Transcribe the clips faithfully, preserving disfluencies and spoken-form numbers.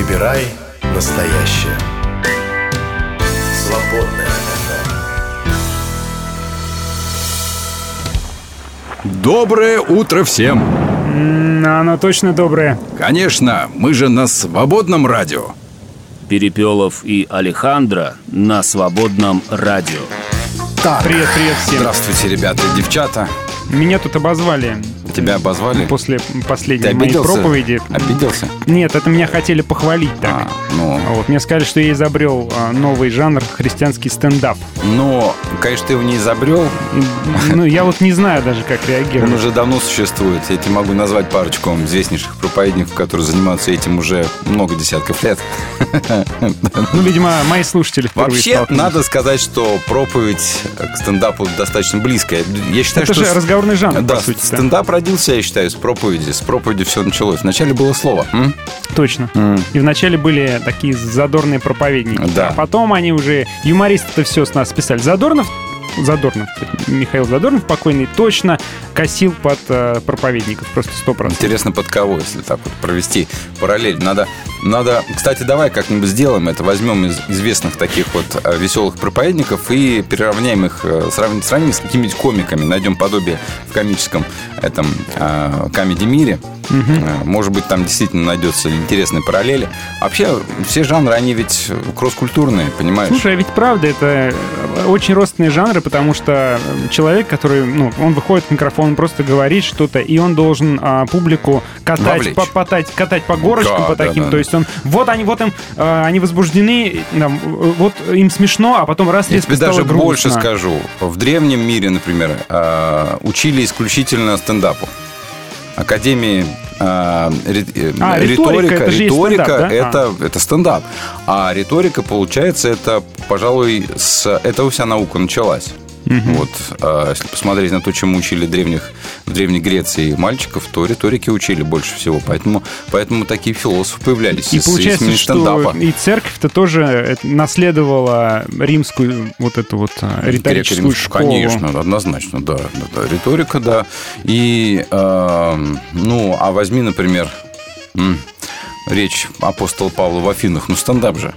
Выбирай настоящее. Свободное эф эм. Доброе утро всем! М, Оно точно доброе. Конечно, мы же на свободном радио. Перепелов и Алехандро на свободном радио. Так, Привет, привет всем. здравствуйте, ребята и девчата. Меня тут обозвали. Тебя обозвали? После последней Ты моей обиделся? проповеди. Обиделся? Нет, это меня хотели похвалить так. А, ну, Вот, мне сказали, что я изобрел а, новый жанр — христианский стендап. но, конечно, ты его не изобрел. И, ну, я вот не знаю даже, как Он реагировать. уже давно существует. Я тебе могу назвать парочку известнейших проповедников, которые занимаются этим уже много десятков лет. Ну, видимо, мои слушатели впервые Вообще, столкнулись. надо сказать, что проповедь к стендапу достаточно близкая. Я считаю, Это что... же разговорный жанр, Да, по сути. да. стендап родился, я считаю, с проповеди. С проповеди все началось. Вначале было слово. М? Точно. М. И вначале были такие задорные проповедники. Да. А потом они уже... Юмористы-то все с нас списали. Задорнов, Задорнов, Михаил Задорнов покойный, точно косил под э, проповедников. Просто сто процентов. Интересно, под кого, если так вот провести параллель. Надо, надо... Кстати, давай как-нибудь сделаем это. Возьмем из известных таких вот э, веселых проповедников и переравняем их, э, сравним, сравним с какими-нибудь комиками. Найдем подобие в комическом этом э, комеди-мире. Э, Может быть, там действительно найдется интересные параллели. Вообще, все жанры, они ведь кросс-культурные, понимаешь? Слушай, а ведь правда, это очень родственные жанры, потому что человек, который, ну, он выходит к микрофону, он просто говорит что-то, и он должен а, публику катать Вовлечь. по, потать, катать по горочкам, Да, по да, таким. да, То да. есть он, вот они, вот им, а, они возбуждены, там, вот им смешно, а потом раз Я резко тебе стало даже грустно. больше скажу. В древнем мире, например, э, учили исключительно стендапу. Академии э, ри- э, А, риторика, риторика, это же есть риторика стендап, да? это, это стендап. А риторика, получается, это, пожалуй, с этого вся наука началась. Вот, э, если посмотреть на то, чему учили древних, в Древней Греции мальчиков, то риторики учили больше всего. Поэтому, поэтому такие философы появлялись И из, из получается, имени что стендапа. и церковь-то тоже это наследовала римскую вот эту вот а, риторическую Греко-римскую, школу. Конечно, однозначно, да, да, да. Риторика, да. И, э, ну, а возьми, например, м, речь апостола Павла в Афинах, ну, стендап же.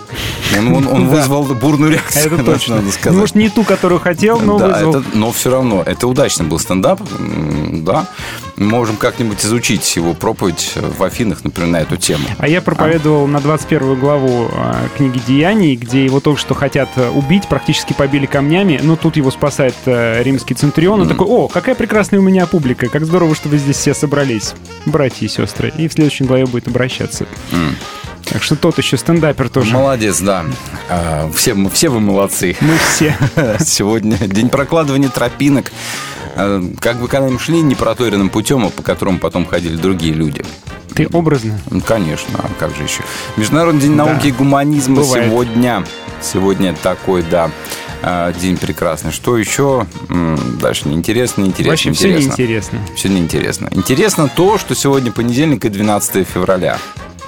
Он, он, он Да. вызвал бурную реакцию, Это точно. надо сказать. Может, не ту, которую хотел, но Да, вызвал. это, но все равно, это удачный был стендап, м, да. Мы можем как-нибудь изучить его проповедь в Афинах, например, на эту тему. А я проповедовал на двадцать первую главу а, книги «Деяний», где его только что хотят а, убить, практически побили камнями, но тут его спасает а, римский центурион. Он такой: о, какая прекрасная у меня публика, как здорово, что вы здесь все собрались, братья и сестры. И в следующей главе будет обращаться. М. Так что тот еще стендапер тоже. Молодец, да. А, Все, мы- все вы молодцы. Мы все. Сегодня день прокладывания тропинок. Э, Как бы когда мы шли не проторенным путем, а по которому потом ходили другие люди. Ты образно. Ну, конечно, а как же еще? Международный день Да. науки и гуманизма Бывает. сегодня. Сегодня такой, да, э, день прекрасный. Что еще? М, Дальше неинтересно, неинтересно, Вообще все интересно. неинтересно. Все неинтересно. Интересно то, что сегодня понедельник и двенадцатое февраля.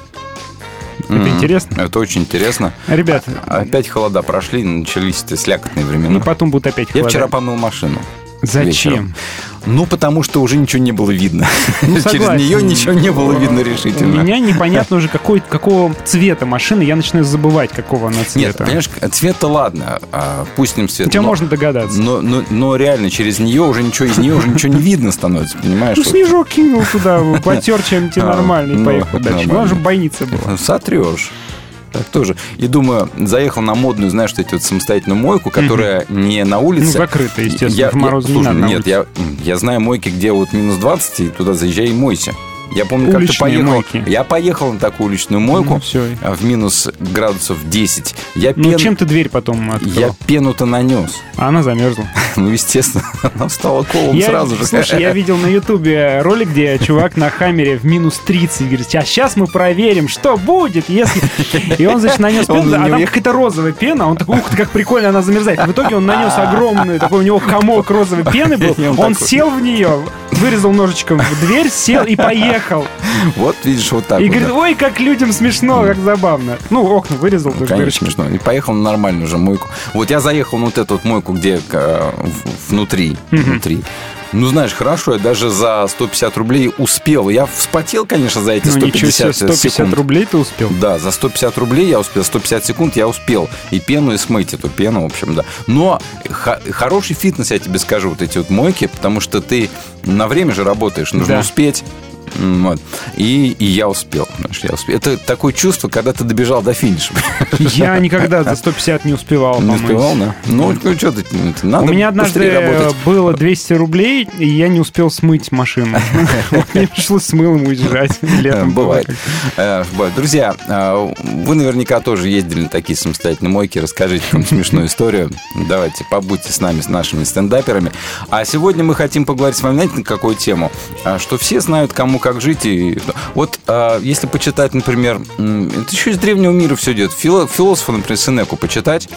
Это М, интересно. Это очень интересно. Ребят, Опять холода прошли, начались слякотные и времена. потом будут опять Я холода. вчера помыл машину. Зачем? вечером. Ну, потому что уже ничего не было видно. Ну, Через согласен. нее ничего не было видно У решительно. меня непонятно уже, какой, какого цвета машины. Я начинаю забывать, какого она Нет, цвета. понимаешь, цвет-то ладно, а, пусть с ним цвет. Хотя но- можно догадаться. Но, но, но реально через нее уже ничего, из нее уже ничего не видно становится, понимаешь? Ну, снежок кинул туда, потер чем-то А, нормально и ну, поехал дальше. нормально. Главное, чтобы бойница была. Сотрешь. Так тоже. И думаю, заехал на модную, знаешь, вот эти вот самостоятельную мойку, которая не на улице. Ну, закрыто, естественно, Я- в мороз я- не слушай, надо на Нет, я, я знаю мойки, где вот минус двадцать, и туда заезжай и мойся. Я помню, как ты Уличные поехал. мойки. Я поехал на такую уличную мойку Ну, всё. а, в минус градусов десять. Я, Ну, пен- чем ты дверь потом открыл? я пену-то нанес. А она замерзла. Ну, естественно, она встала колом Я- сразу же. Слушай, я видел на Ютубе ролик, где чувак на Хаммере в минус тридцать говорит: а сейчас мы проверим, что будет, если... И он, значит, нанес Он пену, не а там уехал. какая-то розовая пена. Он такой: ух ты, как прикольно она замерзает. В итоге он нанес огромную, такой у него комок розовой пены был. И он Он такой- сел в нее, вырезал ножичком в дверь, сел и поехал. Вот, видишь, вот так И вот. говорит: да. ой, как людям смешно, как забавно. Ну, окна вырезал. тоже Конечно, дырочки. смешно. И поехал на нормальную же мойку. Вот я заехал на вот эту вот мойку, где э, в- внутри, внутри. Ну, знаешь, хорошо, я даже за сто пятьдесят рублей успел. Я вспотел, конечно, за эти Ну, сто ничего пятьдесят себе, сто пятьдесят секунд. рублей ты успел? Да, за сто пятьдесят рублей я успел, сто пятьдесят секунд я успел. И пену, и смыть эту пену, в общем, да. Но х- хороший фитнес, я тебе скажу, вот эти вот мойки, потому что ты на время же работаешь, нужно Да. успеть. Вот. И, и я успел, знаешь, я успел. Это такое чувство, когда ты добежал до финиша. Я никогда за сто пятьдесят не успевал. Не помыть. успевал, да? Ну, ну что ты, надо У меня быстрее однажды работать. было двести рублей, и я не успел смыть машину. Вот мне пришлось с мылом уезжать летом. Бывает. Э, бывает. Друзья, э, вы наверняка тоже ездили на такие самостоятельные мойки. Расскажите нам смешную историю. Давайте, побудьте с нами, с нашими стендаперами. А сегодня мы хотим поговорить с вами, знаете, на какую тему? А, Что все знают, кому как жить. И... Вот э, если почитать, например, м, это еще из древнего мира все идет. Фило- Философа, например, Сенеку почитать,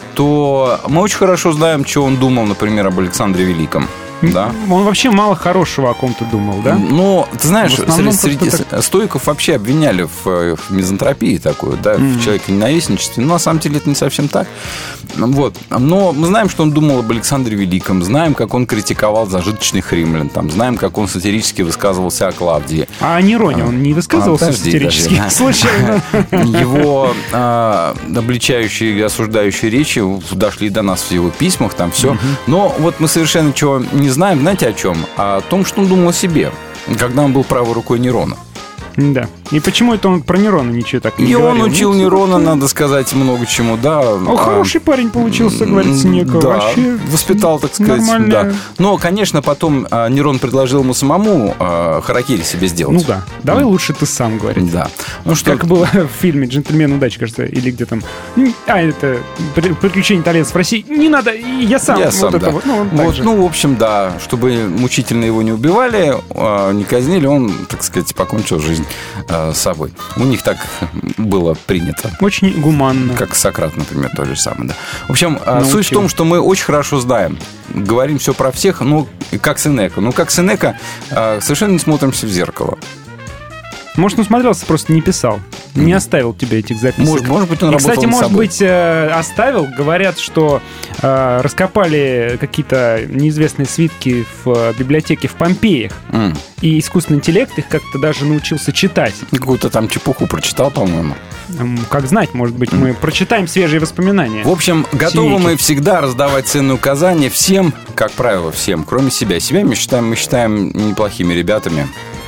то мы очень хорошо знаем, что он думал, например, об Александре Великом. Да? Он вообще мало хорошего о ком-то думал, да? Ну, ты знаешь, В основном среди, просто среди стоиков вообще обвиняли в, в мизантропии такую, да, Мгм. в человеконенавистничестве. Но на самом деле это не совсем так. Вот. Но мы знаем, что он думал об Александре Великом, знаем, как он критиковал зажиточных римлян, там, знаем, как он сатирически высказывался о Клавдии. А о Нероне он не высказывался А, подожди, сатирически? подожди. Случайно. Его а, обличающие и осуждающие речи дошли до нас в его письмах, там все. Но вот мы совершенно ничего не знаем, знаете о чем? О том, что он думал о себе, когда он был правой рукой Нерона. Да. И почему это он про Нерона ничего так не И он говорил? учил Ну, Нерона, надо сказать, много чему, да. О, А, хороший парень получился, говорит Сенека. Да, Вообще воспитал, так сказать, нормально. да. Но, конечно, потом а, Нерон предложил ему самому а, харакири себе сделать. Ну да. Давай лучше ты сам, говорит. Да. Ну что, Как было в фильме «Джентльмен удачи», кажется, или где там. А, это «При- «Приключения итальянцев в России». Не надо, я сам. Я вот сам, это да. вот. Ну, он так Вот, же. ну, в общем, да, чтобы мучительно его не убивали, а, не казнили, он, так сказать, покончил жизнь а, с собой. У них так было принято. Очень гуманно. Как Сократ, например, то же самое, да. В общем, а, Научил. суть в том, что мы очень хорошо знаем. Говорим все про всех, ну, как Сенека. Ну, как Сенека, а, совершенно не смотримся в зеркало. Может, он смотрелся, просто не писал. Не оставил тебе этих записок. Может, может быть, он И, работал кстати, над может собой. быть, э, оставил. Говорят, что э, раскопали какие-то неизвестные свитки в э, библиотеке в Помпеях. М. И искусственный интеллект их как-то даже научился читать. Какую-то там чепуху прочитал, по-моему. М, Как знать, может быть, мы прочитаем свежие воспоминания. В общем, готовы Синики. мы всегда раздавать ценные указания всем, как правило, всем, кроме себя. Себя мы считаем, мы считаем неплохими ребятами.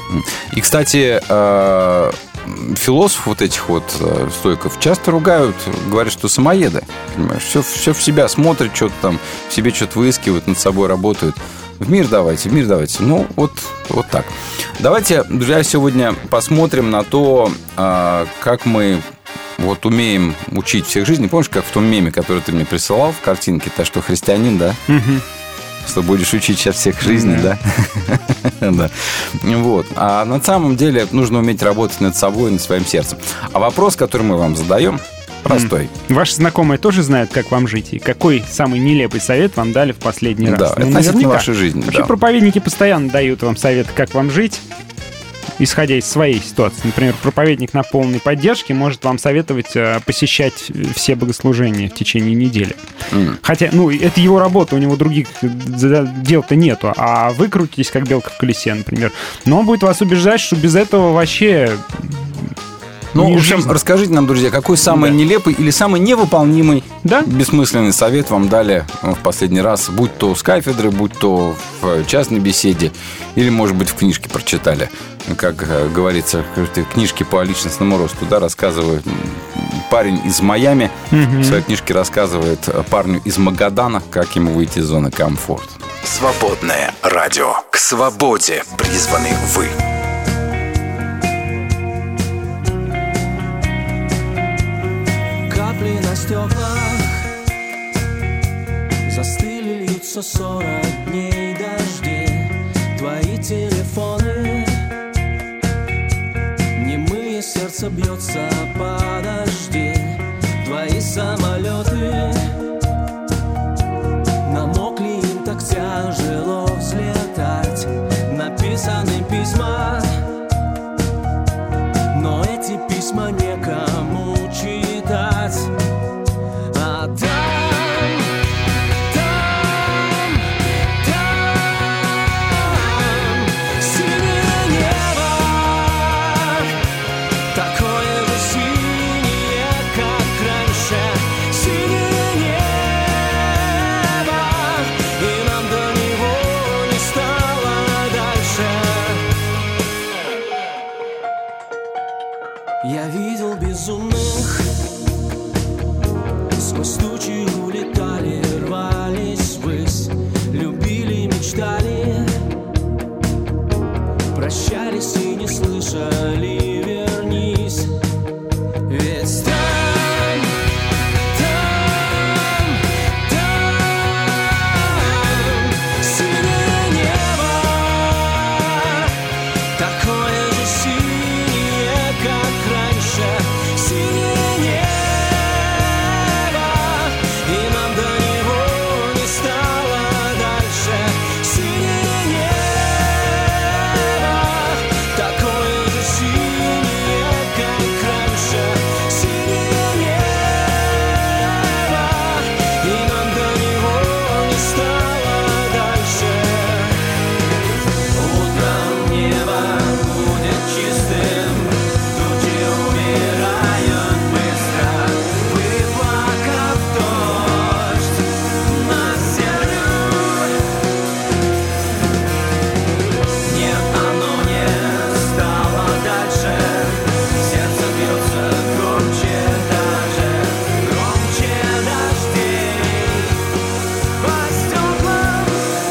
И, кстати, э, философов вот этих вот э, стоиков часто ругают, говорят, что самоеды. Понимаешь, все, все в себя смотрят, что-то там, в себе что-то выискивают, над собой работают. В мир давайте, в мир давайте. Ну, вот, вот так. Давайте, друзья, сегодня посмотрим на то, э, как мы вот умеем учить всех жизни. Помнишь, как в том меме, который ты мне присылал в картинке, то, что христианин, да? Мгм. Что будешь учить сейчас всех жизни, да? Да. Вот. А на самом деле нужно уметь работать над собой и над своим сердцем. А вопрос, который мы вам задаем, простой. Ваши знакомые тоже знают, как вам жить, и какой самый нелепый совет вам дали в последний раз? Да, Ну, относительно наверняка. вашей жизни. Вообще Да. проповедники постоянно дают вам совет, как вам жить, исходя из своей ситуации. Например, проповедник на полной поддержке может вам советовать э, посещать все богослужения в течение недели. М. Хотя, ну, это его работа, у него других за- дел-то нету, а вы крутитесь, как белка в колесе, например. Но он будет вас убеждать, что без этого вообще... Ну, не в общем, жизнь. расскажите нам, друзья, какой самый Да. нелепый или самый невыполнимый, Да? бессмысленный совет вам дали в последний раз, будь то с кафедры, будь то в частной беседе, или, может быть, в книжке прочитали. Как э, говорится, в книжке по личностному росту, да, рассказывает м, парень из Майами, Мгм. в своей книжке рассказывает э, парню из Магадана, как ему выйти из зоны комфорта. Свободное радио. К свободе призваны вы. Капли на стеклах застыли, льются сорок дней дожди. Твои телефоны, немые, сердце бьется, подожди. Твои самолеты намокли, им так тяжело взлетать. Написаны письма, но эти письма некому читать. А там, там, там Я видел безумных, сквозь тучи улетали, рвались ввысь, любили, мечтали, прощались и не слышали, вернись. Ведь там, там, там синее небо, такое же синее, как раньше. Синее небо, и нам до него не стало дальше. Синее небо, такое же синее, как раньше. Синее небо, и нам до него не стало дальше. Утром небо будет чистым, тучи умирают быстро, выплакав дождь на землю. Нет, оно не стало дальше, сердце бьется громче даже, громче дождей по стеклам.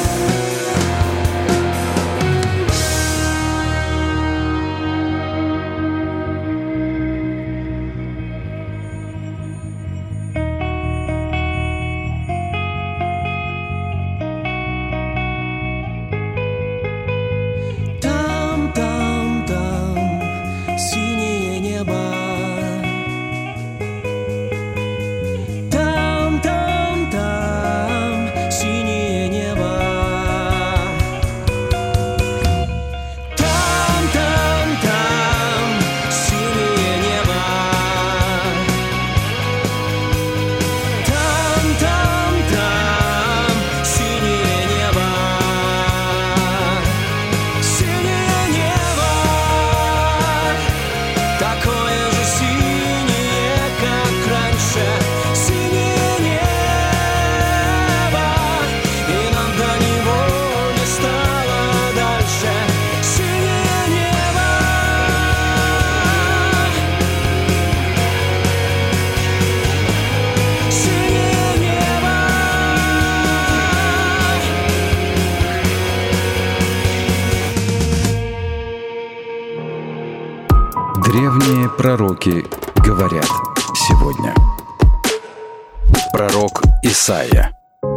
Там, там, там синее небо. Там, там, там синее небо. Там, там, там синее небо. Там, там, там синее небо. Синее небо, такое же синее, как раньше. Синее небо, и нам до него не стало дальше. Синее небо, синее небо. Древние пророки говорят сегодня. Пророк Исайя.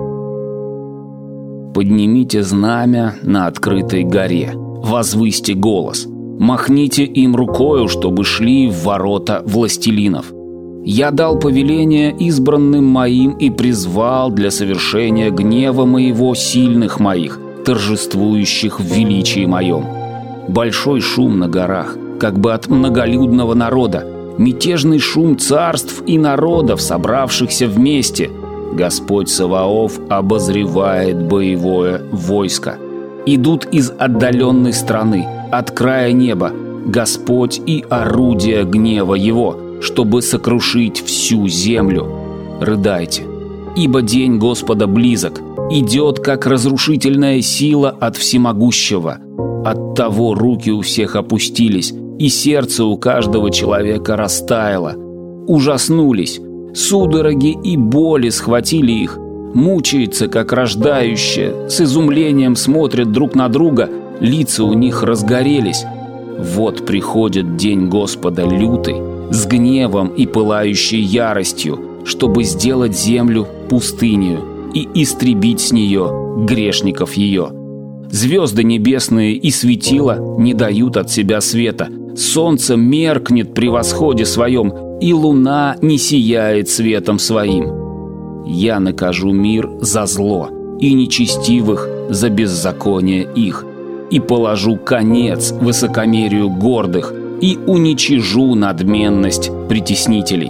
Поднимите знамя на открытой горе, возвысьте голос, махните им рукою, чтобы шли в ворота властелинов. Я дал повеление избранным моим и призвал для совершения гнева моего сильных моих, торжествующих в величии моем. Большой шум на горах, как бы от многолюдного народа, мятежный шум царств и народов, собравшихся вместе. Господь Саваоф обозревает боевое войско. Идут из отдаленной страны, от края неба, Господь и орудия гнева Его, чтобы сокрушить всю землю. Рыдайте, ибо день Господа близок, идет, как разрушительная сила от всемогущего. Оттого руки у всех опустились, и сердце у каждого человека растаяло. Ужаснулись, судороги и боли схватили их. Мучается, как рождающая, с изумлением смотрят друг на друга, лица у них разгорелись. Вот приходит день Господа лютый, с гневом и пылающей яростью, чтобы сделать землю пустынею и истребить с нее грешников ее. Звезды небесные и светила не дают от себя света, солнце меркнет при восходе своем, и луна не сияет светом своим. Я накажу мир за зло, и нечестивых за беззаконие их, и положу конец высокомерию гордых, и уничижу надменность притеснителей.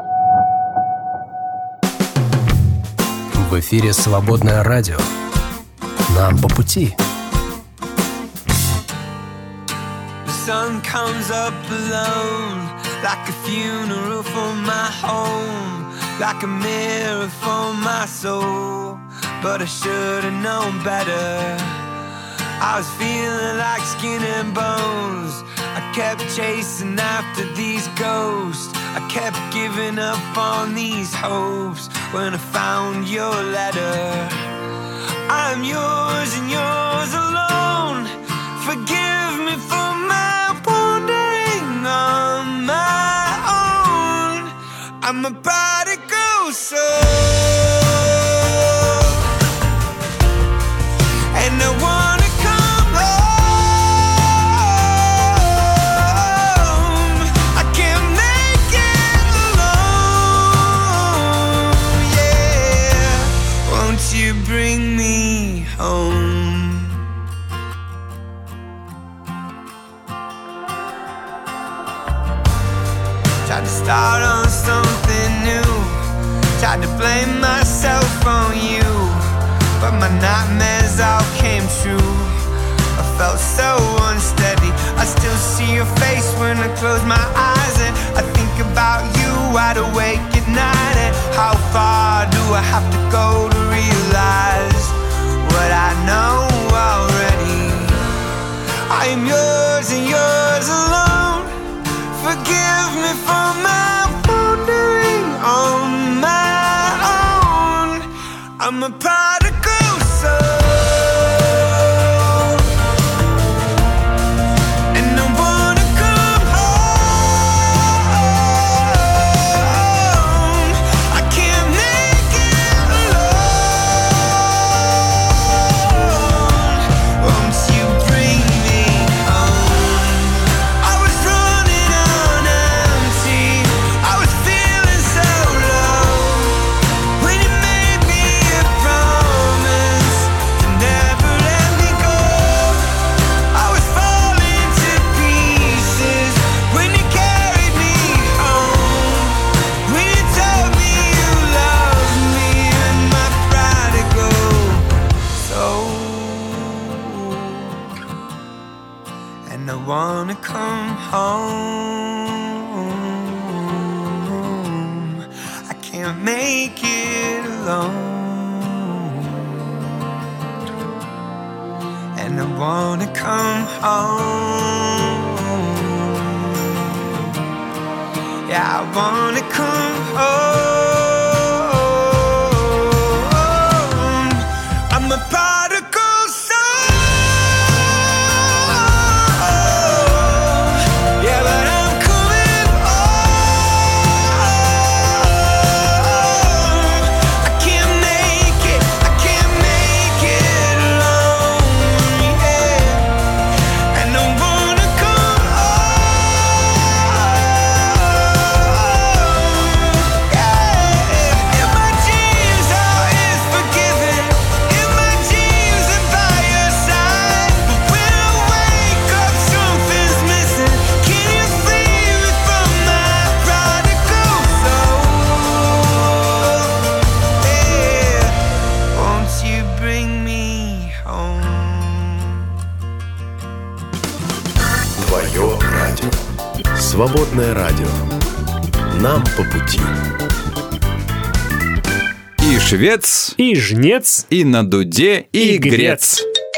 В эфире «Свободное радио». Нам по пути. Sun comes up alone, like a funeral for my home, like a mirror for my soul. But I should've known better. I was feeling like skin and bones. I kept chasing after these ghosts. I kept giving up on these hopes when I found your letter. I'm yours and yours alone. Forgive me for my wandering on my own. I'm a prodigal soul, and I wanna come home. I can't make it alone, yeah. Won't you bring me home? Tried to start on something new, tried to blame myself on you, but my nightmares all came true. I felt so unsteady. I still see your face when I close my eyes, and I think about you wide awake at night. And how far do I have to go to realize what I know already? I am yours and yours alone. Forgive me for my wandering on my own. I'm a prodigal soul, and I wanna come home. I can't make it alone. Won't you bring me home? I was running on empty, I was feeling so low, when you made me a promise to never let me go. I was falling to pieces when you carried me home, when you told me you loved me and my prodigal soul. And I wanna come home. I can't make it alone. And I wanna come home. Yeah, I wanna come home. I'm a prodigal soul. Yeah, but I'm coming home. I can't make it, I can't make it alone, yeah. And I wanna come home, yeah. In my dreams all is forgiven, in my dreams I'm by your side. But when I wake up something's missing. Can you free me from my prodigal soul? Yeah. Won't you bring me home? Твое радио. Свободное радио. Нам по пути. И швец, И жнец, и на дуде, и, и грец.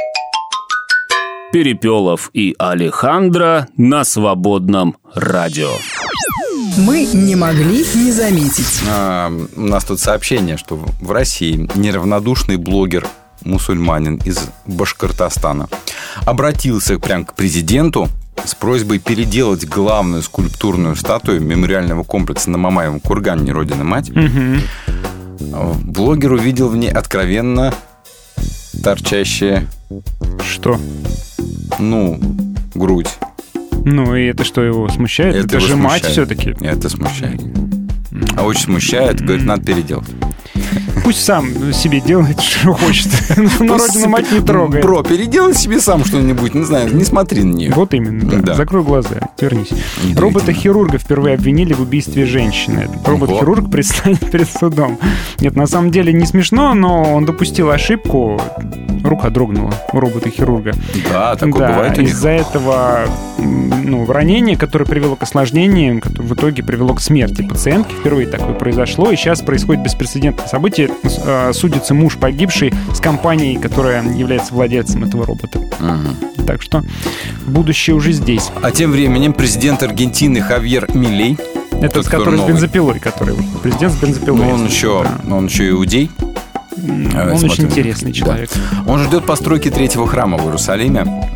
Перепелов и Алехандро на свободном радио. Мы не могли не заметить. А, у нас тут сообщение, что в России неравнодушный блогер-мусульманин из Башкортостана обратился прям к президенту с просьбой переделать главную скульптурную статую мемориального комплекса на Мамаевом кургане Родина-Мать. Блогер увидел в ней откровенно торчащее, Что? ну, грудь. Ну, и это что, его смущает? Это, его же мать смущает. все-таки. Это смущает. А очень смущает. Говорит, надо переделать. Пусть сам себе делает, что хочет. Но родину мать не трогает. Бро, переделай себе сам что-нибудь. Не знаю, не смотри на нее. Вот именно, да. Да. Закрой глаза, вернись. Удивительно. Робота-хирурга впервые обвинили в убийстве женщины. Робот-хирург предстанет перед судом. Нет, на самом деле не смешно, но он допустил ошибку. рука дрогнула у робота-хирурга. Да, такое да, бывает у них. Из-за этого ну, ранение, которое привело к осложнениям, которое в итоге привело к смерти пациентки. Впервые такое произошло, и сейчас происходит беспрецедентное событие. Судится муж погибший с компанией, которая является владельцем этого робота. Угу. Так что будущее уже здесь. А тем временем президент Аргентины Хавьер Милей, это тот, который с бензопилой, который президент с бензопилой. Ну, он еще, да. он еще иудей. Он Смотрим. очень интересный человек. Да. Он ждет постройки третьего храма в Иерусалиме.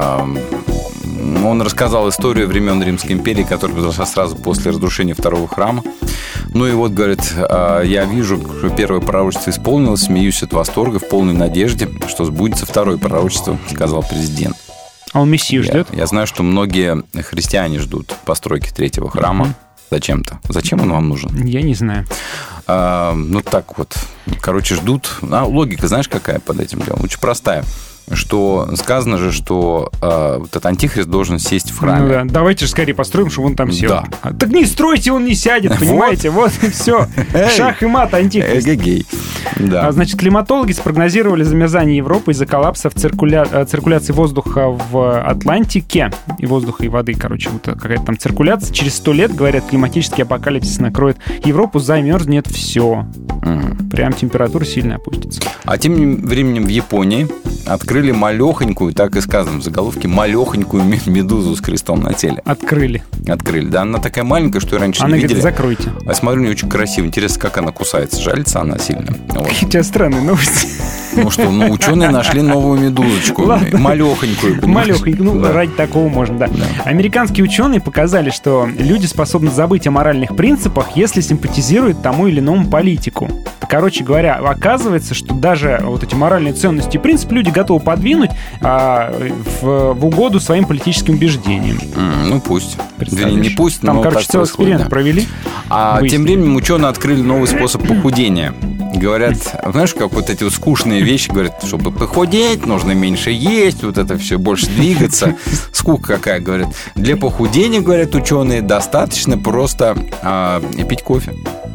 Он рассказал историю времен Римской империи, которая произошла сразу после разрушения второго храма. Ну и вот, говорит, я вижу, что первое пророчество исполнилось, смеюсь от восторга, в полной надежде, что сбудется второе пророчество, сказал президент. А он Мессию я, ждет? Я знаю, что многие христиане ждут постройки третьего храма. Mm-hmm. Зачем-то. Зачем он вам нужен? Я не знаю. А, ну, так вот. Короче, ждут. А логика, знаешь, какая под этим делом? Очень простая. Что сказано же, что э, вот этот антихрист должен сесть в храме. Ну да, давайте же скорее построим, чтобы он там сел. Да. А, так не стройте, он не сядет, понимаете? Вот, вот и все. Шах и мат, антихрист. Эгегей. Да. А, значит, климатологи спрогнозировали замерзание Европы из-за коллапса в циркуля... циркуляции воздуха в Атлантике. И воздуха, и воды, короче, вот какая-то там циркуляция. Через сто лет, говорят, климатический апокалипсис накроет Европу, замерзнет все. Угу. Прям температура сильно опустится. А тем временем в Японии открыли малехонькую, так и сказано в заголовке, малехонькую медузу с крестом на теле. Открыли. Открыли, да. Она такая маленькая, что я раньше она не видели. Она говорит, закройте. А смотрю, у нее очень красиво. Интересно, как она кусается. Жалится она сильно. Вот. Какие у тебя странные новости. Ну что, ну ученые нашли новую медузочку. Малехонькую. Малехонькую. Ну, да. Ради такого можно, да. да. Американские ученые показали, что люди способны забыть о моральных принципах, если симпатизируют тому или иному политику. Короче говоря, оказывается, что даже вот эти моральные ценности и принципы люди готовы подвинуть а, в, в угоду своим политическим убеждениям. Mm, ну пусть. Вернее, не пусть, Там, но короче, целый эксперимент да. провели. А выяснили. Тем временем ученые открыли новый способ похудения. Говорят, знаешь, как вот эти вот скучные вещи, говорят, чтобы похудеть, нужно меньше есть, вот это все, больше двигаться. Скука какая, говорят. Для похудения, говорят ученые, достаточно просто а, пить кофе.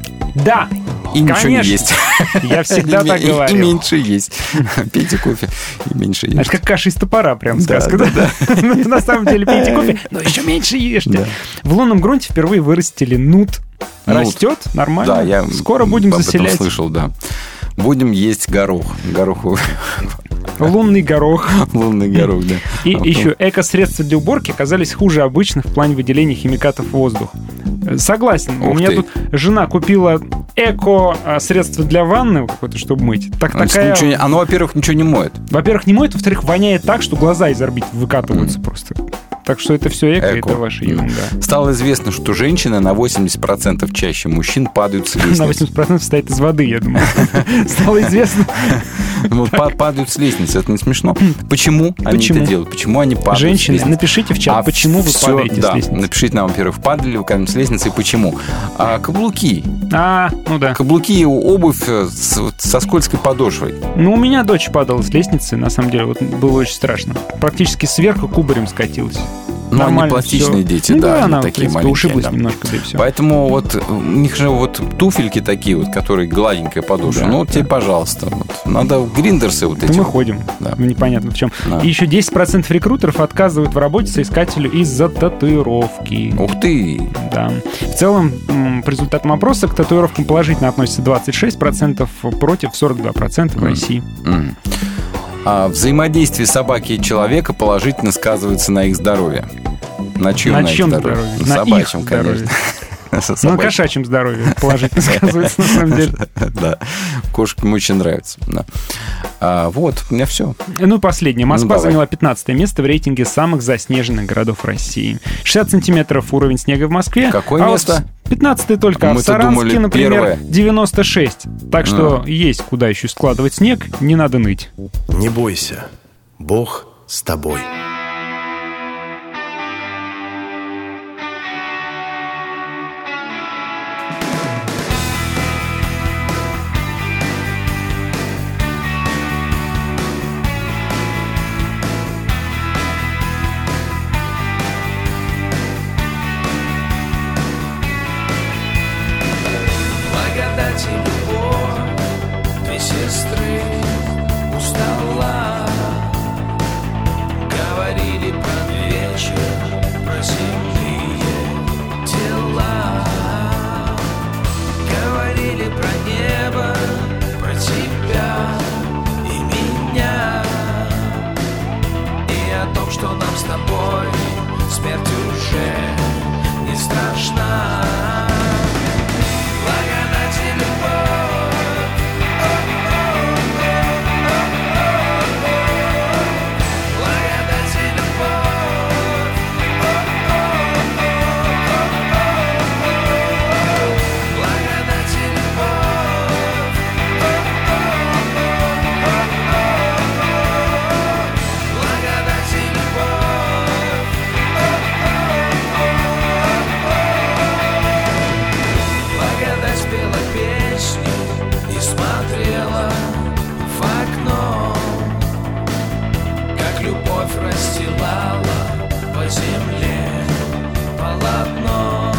Да, и конечно. Ничего не есть. Я всегда так говорю. И меньше есть. Пейте кофе и меньше ешьте. Это как каша из топора, прям сказка. Да, да, да. На самом деле пейте кофе, но еще меньше ешьте. Да. В лунном грунте впервые вырастили нут. нут. Растет нормально. Да, я скоро будем об заселять. Этом слышал, да. Будем есть горох. Гороху. Лунный горох. Лунный горох, да. И а еще эко-средства для уборки оказались хуже обычных в плане выделения химикатов в воздух. Согласен. Ух У меня ты. Тут жена купила эко-средство для ванны какое-то, чтобы мыть. Так, оно, такая... ничего не... оно, во-первых, ничего не моет. Во-первых, не моет, во-вторых, воняет так, что глаза из орбит выкатываются mm. просто. Так что это все эко, эко. Это ваша ерунда. Стало известно, что женщины на восемьдесят процентов чаще мужчин падают с лестницы. На восемьдесят процентов состоит из воды, я думаю. Стало известно. Падают с лестницы, это не смешно. Почему они это делают? Почему они падают с лестницы? Женщины, напишите в чат, почему вы падаете с лестницы. Напишите нам, во-первых, падали вы с лестницы и почему. Каблуки. А, ну да. Каблуки и обувь со скользкой подошвой. Ну, у меня дочь падала с лестницы, на самом деле, вот было очень страшно. Практически сверху кубарем скатилась. Ну, они пластичные все. Дети, ну, да, да, она, такие принципе, маленькие. Ушиблась да. немножко, да и все. Поэтому вот у них же вот туфельки такие вот, которые гладенькая подошва. Да, ну, вот да. тебе, пожалуйста. Вот. Надо гриндерсы вот эти. Мы ходим, да. непонятно в чем. Да. И еще десять процентов рекрутеров отказывают в работе соискателю из-за татуировки. Ух ты! Да. В целом, по результатам опроса к татуировкам положительно относятся двадцать шесть процентов, против сорок два процента в России. Mm. А взаимодействие собаки и человека положительно сказывается на их здоровье. На чьем, на на чьем здоровье? здоровье? На, на собачьем, их конечно. Ну, на кошачьем здоровье положительно сказывается, на самом деле. Да, кошкам очень нравится. Вот, у меня все. Ну и последнее. Москва заняла пятнадцатое место в рейтинге самых заснеженных городов России. шестьдесят сантиметров уровень снега в Москве. Какое место? пятнадцатое только. А в Саранске, например, девяносто шесть. Так что есть куда еще складывать снег, не надо ныть. Не бойся, Бог с тобой. стола. Говорили про вечер, про земные дела. Говорили про небо, про тебя и меня. И о том, что нам с тобой смерть уже не страшна. Благодать и любовь, благодать и любовь, благодать и любовь, благодать и любовь. Благодать пела песню и смотрела в окно, как любовь расстилала по земле полотно,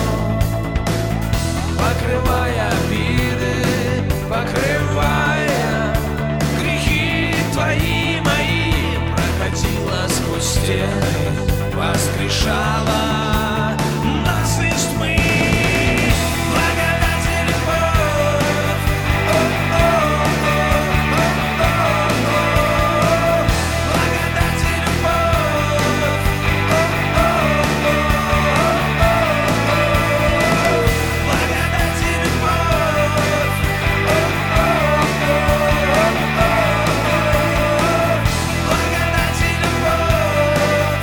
покрывая обиды, покрывая грехи твои мои, проходила сквозь стены, воскрешала нас из тьмы. Благодать и любовь, благодать и любовь, благодать и любовь, благодать и любовь.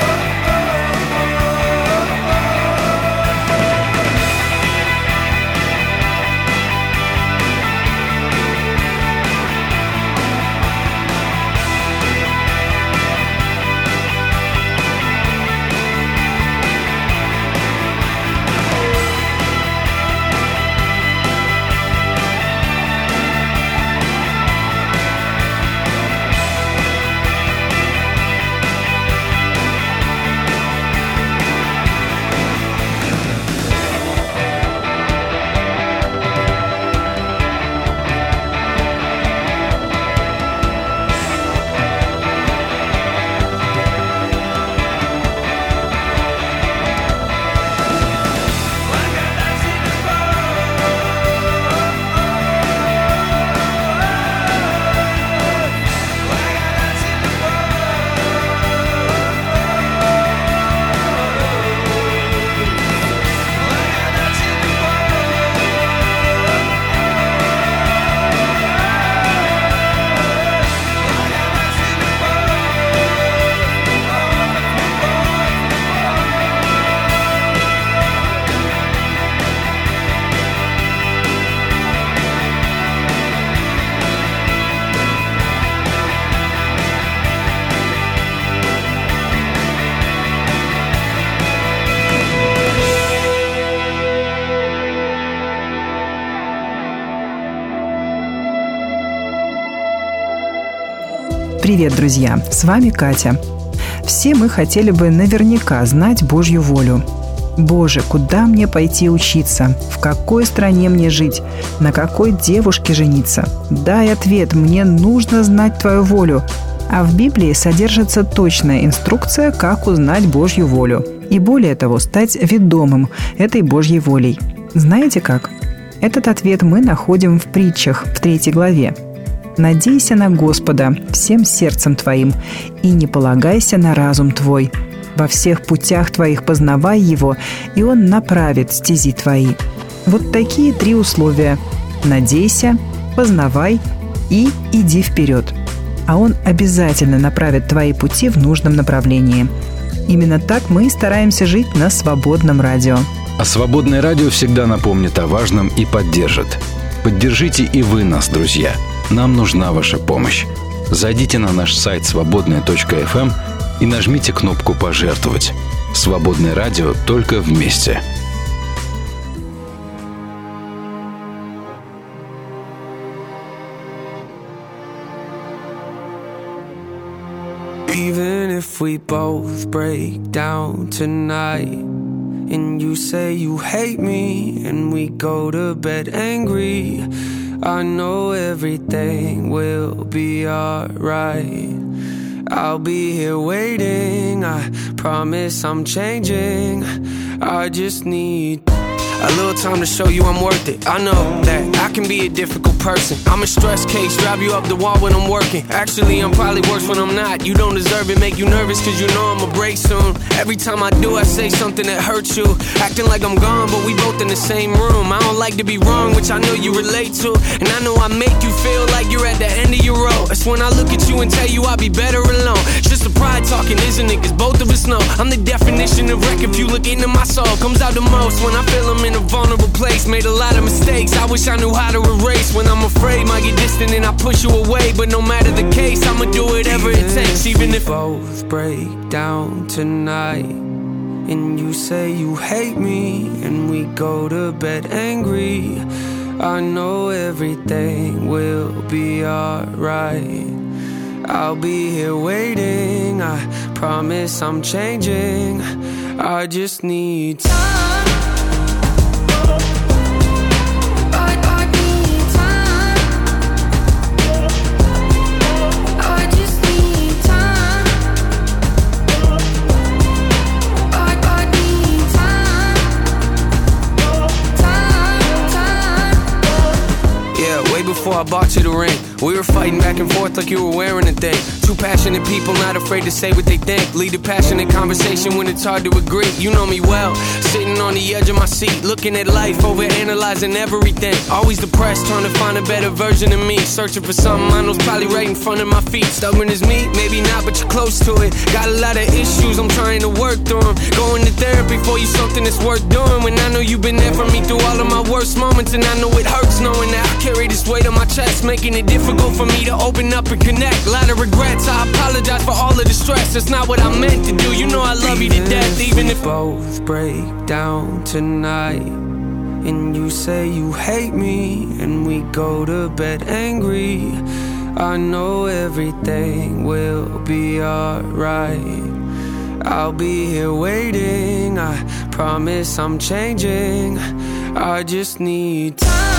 Привет, друзья! С вами Катя. Все мы хотели бы наверняка знать Божью волю. Боже, куда мне пойти учиться? В какой стране мне жить? На какой девушке жениться? Дай ответ, мне нужно знать Твою волю. А в Библии содержится точная инструкция, как узнать Божью волю. И более того, стать ведомым этой Божьей волей. Знаете как? Этот ответ мы находим в притчах в третьей главе. «Надейся на Господа всем сердцем твоим, и не полагайся на разум твой. Во всех путях твоих познавай Его, и Он направит стези твои». Вот такие три условия. Надейся, познавай и иди вперед. А Он обязательно направит твои пути в нужном направлении. Именно так мы и стараемся жить на Свободном радио. А Свободное радио всегда напомнит о важном и поддержит. Поддержите и вы нас, друзья. Нам нужна ваша помощь. Зайдите на наш сайт свободная точка эф эм и нажмите кнопку «Пожертвовать». Свободное радио только вместе. Even if we both break down tonight, and you say you hate me, and we go to bed angry, I know everything will be alright. I'll be here waiting, I promise I'm changing. I just need a little time to show you I'm worth it. I know that I can be a difficult person. I'm a stress case, drive you up the wall when I'm working. Actually, I'm probably worse when I'm not. You don't deserve it, make you nervous cause you know I'ma break soon. Every time I do, I say something that hurts you. Acting like I'm gone, but we both in the same room. I don't like to be wrong, which I know you relate to. And I know I make you feel like you're at the end of your road. That's when I look at you and tell you I'll be better alone. It's just a pride talking, isn't it? Cause both of us know I'm the definition of wreck. If you look into my soul, comes out the most when I feel I'm in a vulnerable place. Made a lot of mistakes, I wish I knew how to erase. When I'm afraid, might get distant and I push you away. But no matter the case, I'ma do whatever it takes. Even if both break down tonight and you say you hate me and we go to bed angry, I know everything will be alright. I'll be here waiting, I promise I'm changing. I just need time. Before I bought you the ring, we were fighting back and forth like you were wearing a thing. Two passionate people not afraid to say what they think. Lead a passionate conversation when it's hard to agree. You know me well, sitting on the edge of my seat, looking at life, over analyzing everything. Always depressed, trying to find a better version of me. Searching for something I know's probably right in front of my feet. Stubborn as me, maybe not, but you're close to it. Got a lot of issues, I'm trying to work through them. Going to therapy for you, something that's worth doing. When I know you've been there for me through all of my worst moments, and I know it hurts knowing that I carry this weight on my chest, making it difficult for me to open up and connect. A lot of regrets, I apologize for all of the stress. That's not what I meant to do, you know I love you to death. Even if both break down tonight and you say you hate me and we go to bed angry, I know everything will be alright. I'll be here waiting, I promise I'm changing. I just need time.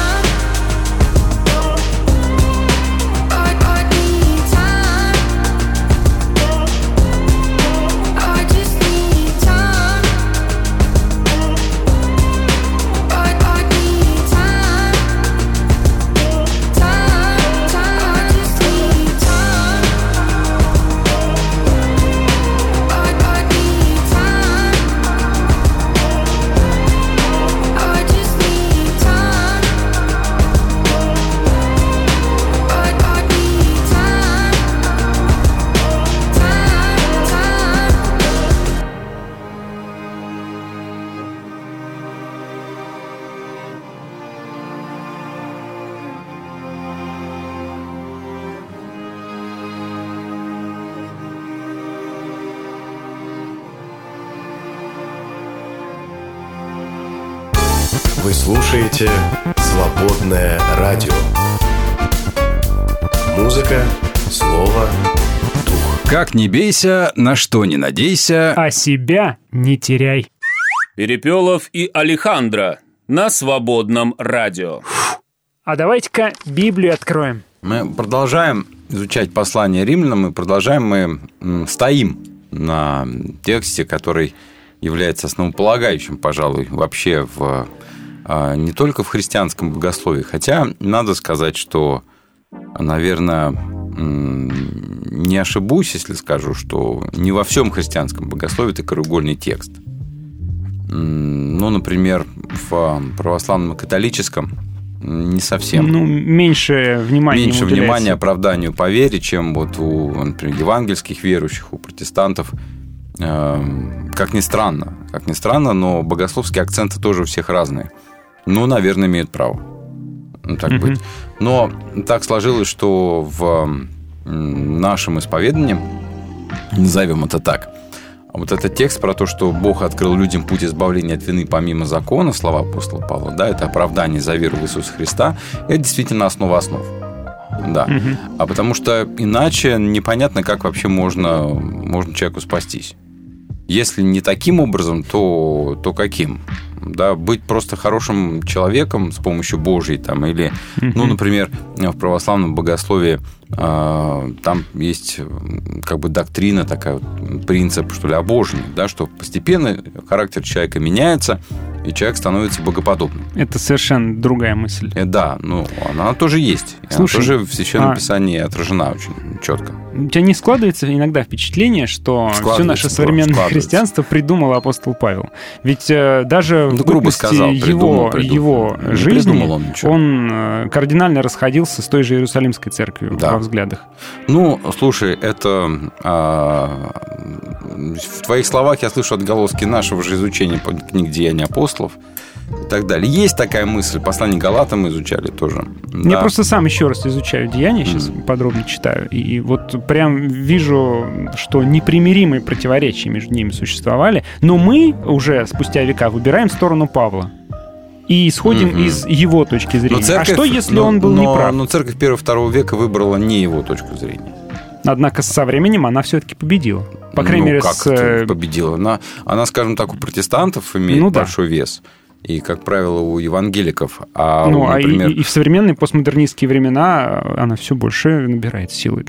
Вы слушаете «Свободное радио». Музыка, слово, дух. Как не бейся, на что не надейся, А себя не теряй. Перепелов и Алехандро на Свободном радио. А давайте-ка Библию откроем. Мы продолжаем изучать послание римлянам, мы продолжаем, мы стоим на тексте, который является основополагающим, пожалуй, вообще в, не только в христианском богословии. Хотя надо сказать, что, наверное, не ошибусь, если скажу, что не во всем христианском богословии это краеугольный текст. Ну, например, в православном и католическом не совсем. Ну, меньше внимания Меньше внимания оправданию по вере, чем вот у, например, евангельских верующих, у протестантов. Как ни странно, как ни странно, но богословские акценты тоже у всех разные. Ну, наверное, имеют право так mm-hmm. быть. Но так сложилось, что в нашем исповедании, назовем это так, вот этот текст про то, что Бог открыл людям путь избавления от вины помимо закона, слова апостола Павла, да, это оправдание за веру в Иисуса Христа, это действительно основа основ. Да. Mm-hmm. А потому что иначе непонятно, как вообще можно, можно человеку спастись. Если не таким образом, то, то каким? Да, быть просто хорошим человеком с помощью Божьей, там, или, mm-hmm. ну, например, в православном богословии э, там есть как бы доктрина такая, принцип, что ли, обожения, да, что постепенно характер человека меняется, и человек становится богоподобным. Это совершенно другая мысль. И, да, ну, она тоже есть. Слушай, она тоже в Священном а... Писании отражена очень четко. У тебя не складывается иногда впечатление, что все наше современное христианство придумал апостол Павел? Ведь э, даже ну, в грубо сказал, его, придумал, придумал. его не жизни он, он э, кардинально расходился с той же Иерусалимской церковью да. во взглядах. Ну, слушай, это... Э, в твоих словах я слышу отголоски нашего же изучения книг «Деяния апостолов» и так далее. Есть такая мысль. Послание Галатам мы изучали тоже. Я да. просто сам еще раз изучаю Деяния, сейчас mm. подробно читаю. И, и вот прям вижу, что непримиримые противоречия между ними существовали. Но мы уже спустя века выбираем сторону Павла. И исходим mm-hmm. из его точки зрения. Церковь, а что, если но, он был но, неправ? Но церковь первого-второго века выбрала не его точку зрения. Однако со временем она все-таки победила. По крайней ну, мере, как с... победила? Она, она, скажем так, у протестантов имеет ну, большой да. вес. И, как правило, у евангеликов. А, ну, у, например... а и, и в современные постмодернистские времена она все больше набирает силы.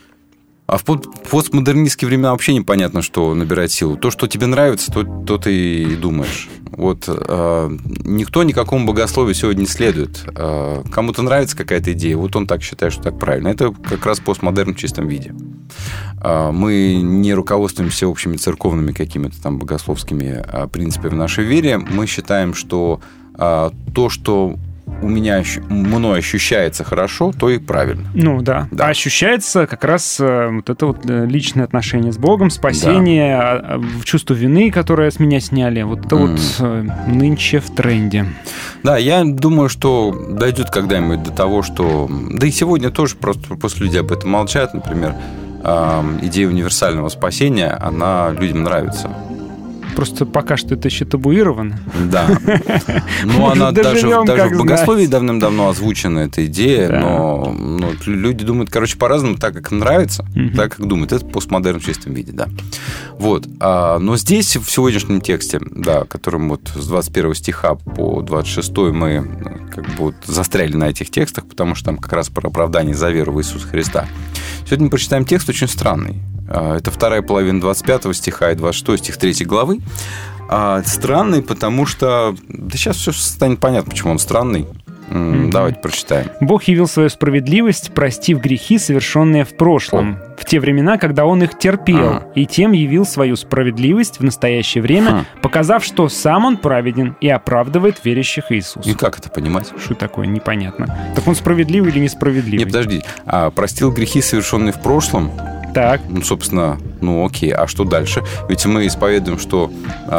А в постмодернистские времена вообще непонятно, что набирает силу. То, что тебе нравится, то, то ты и думаешь. Вот э, никто никакому богословию сегодня не следует. Э, кому-то нравится какая-то идея, вот он так считает, что так правильно. Это как раз постмодерн в чистом виде. Э, мы не руководствуемся общими церковными какими-то там богословскими э, принципами в нашей вере. Мы считаем, что э, то, что у меня, мной ощущается хорошо, то и правильно. Ну да. да. А ощущается как раз вот это вот личное отношение с Богом, спасение, да. чувство вины, которое с меня сняли. Вот это mm. вот нынче в тренде. Да, я думаю, что дойдет когда-нибудь до того, что... Да и сегодня тоже просто, просто люди об этом молчат. Например, идея универсального спасения, она людям нравится. Просто пока что это еще табуировано. Да. Ну, она даже, даже в богословии давным-давно озвучена, эта идея, да. но, но люди думают, короче, по-разному, так, как им нравится, угу. так, как думают. Это постмодерн в чистом виде, да. Вот. А, но здесь, в сегодняшнем тексте, да, которым вот с двадцать первого стиха по двадцать шестой мы как бы вот застряли на этих текстах, потому что там как раз про оправдание за веру в Иисуса Христа. Сегодня мы прочитаем текст очень странный. Это вторая половина двадцать пятого стиха и двадцать шестой стих третьей главы. Странный, потому что... Да сейчас все станет понятно, почему он странный. Mm-hmm. Давайте прочитаем. «Бог явил свою справедливость, простив грехи, совершенные в прошлом, О. в те времена, когда Он их терпел, а. и тем явил свою справедливость в настоящее время, а. показав, что сам Он праведен и оправдывает верящих Иисуса». И как это понимать? Что такое? Непонятно. Так Он справедливый или несправедливый? Не, подожди. А, простил грехи, совершенные в прошлом? Так. Ну, собственно, ну окей, а что дальше? Ведь мы исповедуем, что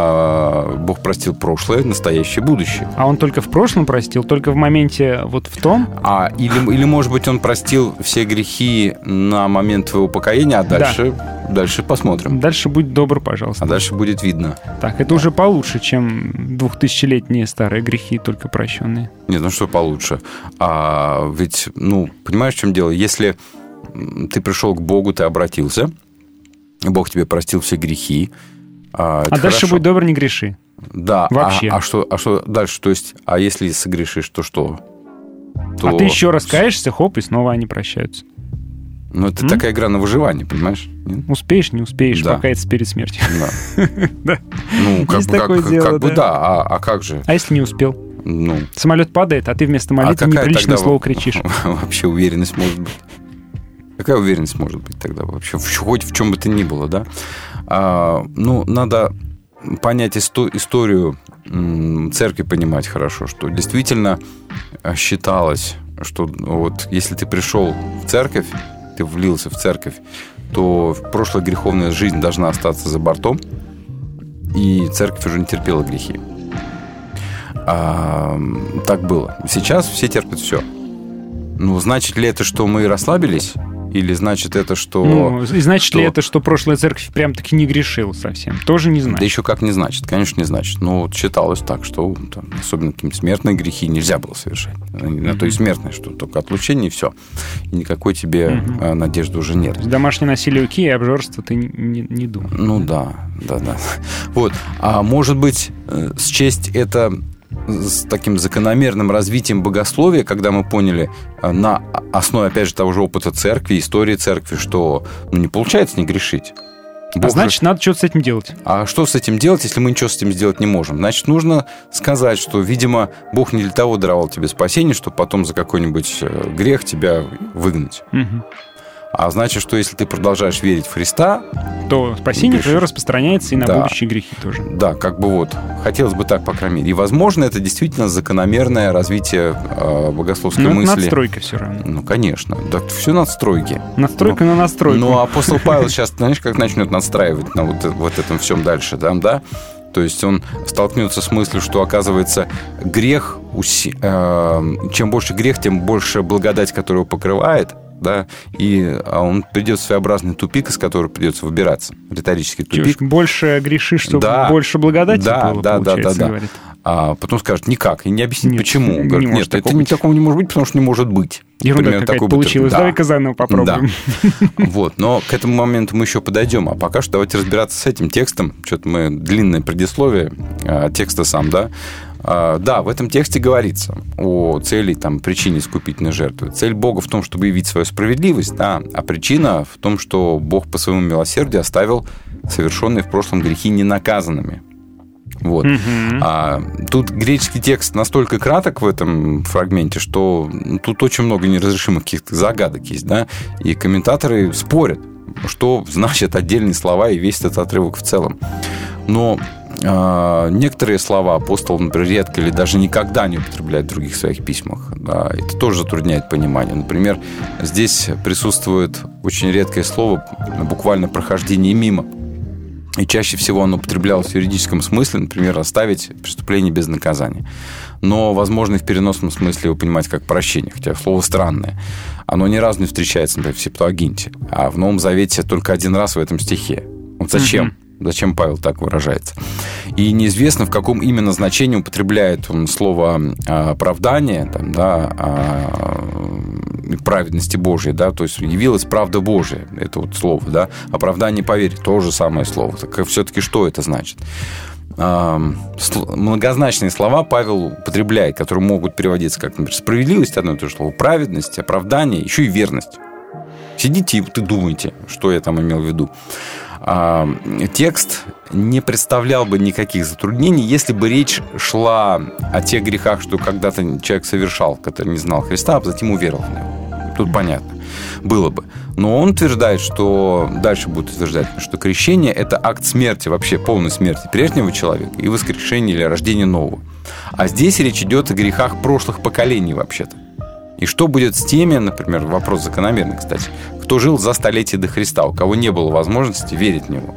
э, Бог простил прошлое, настоящее, будущее. А Он только в прошлом простил, только в моменте вот в том? А, или, или, может быть, Он простил все грехи на момент твоего покаяния, а дальше, да. дальше посмотрим. Дальше будь добр, пожалуйста. А дальше будет видно. Так, это да. уже получше, чем двухтысячелетние старые грехи, только прощенные. Нет, ну что получше? А, ведь, ну, понимаешь, в чем дело? Если... ты пришел к Богу, ты обратился, Бог тебе простил все грехи. А, а дальше хорошо. Будь добр, не греши. Да. Вообще. А, а, что, а что дальше? То есть, а если согрешишь, то что? То... А ты еще раскаешься, хоп, и снова они прощаются. Ну, это М? такая игра на выживание, понимаешь? Успеешь, не успеешь, да. покаяться перед смертью. Да. Ну, как бы да, а как же? А если не успел? Ну. Самолет падает, а ты вместо молитвы неприличное слово кричишь. Вообще уверенность может быть. Какая уверенность может быть тогда вообще? Хоть в чем бы то ни было, да? А, ну, надо понять исто- историю м- церкви, понимать хорошо, что действительно считалось, что вот если ты пришел в церковь, ты влился в церковь, то прошлая греховная жизнь должна остаться за бортом, и церковь уже не терпела грехи. А, так было. Сейчас все терпят все. Ну, значит ли это, что мы расслабились? Или значит это, что... Ну, и значит что... ли это, что прошлая церковь прям-таки не грешила совсем? Тоже не значит. Да еще как не значит, конечно, не значит. Но вот считалось так, что там, особенно какие-то смертные грехи нельзя было совершать. Mm-hmm. На то и смертное, что только отлучение, и все. И никакой тебе mm-hmm. надежды уже нет. Домашнее насилие окей, а обжорство ты не, не, не думал. Ну да, да, да. Вот. А может быть, счесть это... с таким закономерным развитием богословия, когда мы поняли на основе, опять же, того же опыта церкви, истории церкви, что ну, не получается не грешить. Бог а значит, же... надо что-то с этим делать. А что с этим делать, если мы ничего с этим сделать не можем? Значит, нужно сказать, что, видимо, Бог не для того даровал тебе спасение, чтобы потом за какой-нибудь грех тебя выгнать. Угу. А значит, что если ты продолжаешь верить в Христа, то спасение твое распространяется и на да. будущие грехи тоже. Да, как бы вот. Хотелось бы так, по крайней мере. И, возможно, это действительно закономерное развитие э, богословской ну, мысли. Надстройка все равно. Ну, конечно. Да, все надстройки. Надстройка ну, на настройку. Ну, апостол Павел сейчас, знаешь, как начнет надстраивать на вот, вот этом всем дальше, там, да? То есть он столкнется с мыслью, что, оказывается, грех, уси... э, чем больше грех, тем больше благодать, которая его покрывает, да, и он придет в своеобразный тупик, из которого придется выбираться. Риторический тупик. Чего, больше грешишь, чтобы да, больше благодати да, было, да, получается, да, да, говорит. А потом скажет, никак, и не объяснит, нет, почему. Не Говорит, нет, это не такого не может быть, потому что не может быть. Ерунда Например, какая-то получилась, да. Давай-ка заново попробуем. Да. Вот, но к этому моменту мы еще подойдем. А пока что давайте разбираться с этим текстом. Что-то мы длинное предисловие а, текста сам, да. А, да, в этом тексте говорится о цели, там, причине искупительной жертвы. Цель Бога в том, чтобы явить свою справедливость, да, а причина в том, что Бог по своему милосердию оставил совершенные в прошлом грехи ненаказанными. Вот. Mm-hmm. А, тут греческий текст настолько краток в этом фрагменте, что тут очень много неразрешимых каких-то загадок есть, да, и комментаторы спорят, что значат отдельные слова и весь этот отрывок в целом. Но а, некоторые слова апостол, например, редко или даже никогда не употребляет в других своих письмах. Да, это тоже затрудняет понимание. Например, здесь присутствует очень редкое слово, буквально прохождение мимо. И чаще всего оно употреблялось в юридическом смысле, например, оставить преступление без наказания. Но, возможно, и в переносном смысле его понимать как прощение, хотя слово странное. Оно ни разу не встречается, например, в Септуагинте, а в Новом Завете только один раз в этом стихе. Вот зачем? Mm-hmm. Зачем Павел так выражается? И неизвестно, в каком именно значении употребляет он слово оправдание, там, да, праведности Божьей, да, то есть явилась правда Божья, это вот слово, да, оправдание по вере, то же самое слово. Так все-таки что это значит? Многозначные слова Павел употребляет, которые могут переводиться как, например, справедливость, одно и то же слово, праведность, оправдание, еще и верность. Сидите и вот и думаете, что я там имел в виду. А, текст не представлял бы никаких затруднений, если бы речь шла о тех грехах, что когда-то человек совершал, который не знал Христа, а затем уверовал в Него. Тут понятно. Было бы. Но он утверждает, что... Дальше будет утверждать, что крещение – это акт смерти, вообще полной смерти прежнего человека и воскрешения или рождения нового. А здесь речь идет о грехах прошлых поколений вообще-то. И что будет с теми, например, вопрос закономерный, кстати, кто жил за столетие до Христа, у кого не было возможности верить в Него?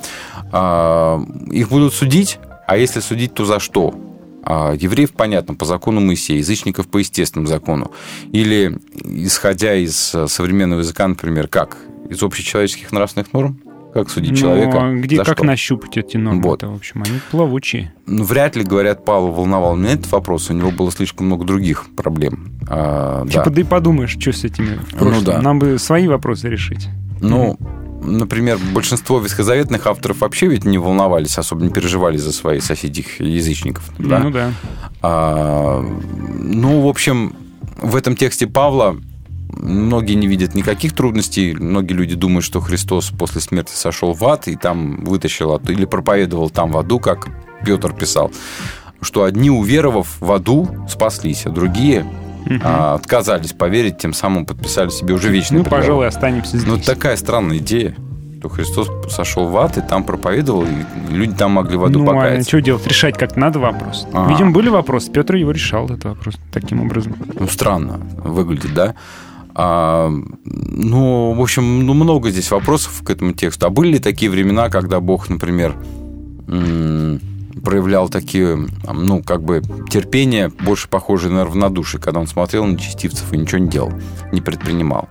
Их будут судить, а если судить, то за что? Евреев, понятно, по закону Моисея, язычников по естественному закону. Или, исходя из современного языка, например, как? Из общечеловеческих нравственных норм? Как судить человека? Ну, где, за как что? нащупать эти нормы? Вот. Это, в общем, они плавучие. Ну, вряд ли, говорят, Павла волновал меня этот вопрос. У него было слишком много других проблем. А, типа, да. да и подумаешь, что с этими в прошлом. Ну, да. Нам бы свои вопросы решить. Ну, mm-hmm. например, большинство ветхозаветных авторов вообще ведь не волновались, особо не переживали за своих соседних язычников. Да? Ну, да. А, ну, в общем, в этом тексте Павла многие не видят никаких трудностей. Многие люди думают, что Христос после смерти сошел в ад и там вытащил или проповедовал там в аду, как Петр писал, что одни, уверовав в аду, спаслись, а другие угу. а, отказались поверить, тем самым подписали себе уже вечный Ну, приговор. пожалуй, останемся здесь. Ну, такая странная идея, что Христос сошел в ад и там проповедовал, и люди там могли в аду ну, покаяться. Ну, а что делать? Решать как-то надо вопрос. А-а. Видимо, были вопросы. Петр его решал, этот вопрос, таким образом. Ну, странно выглядит, да? А, ну, в общем, ну, много здесь вопросов к этому тексту. А были ли такие времена, когда Бог, например, м- проявлял такие, ну, как бы терпение, больше похожее на равнодушие, когда он смотрел на нечестивцев и ничего не делал, не предпринимал?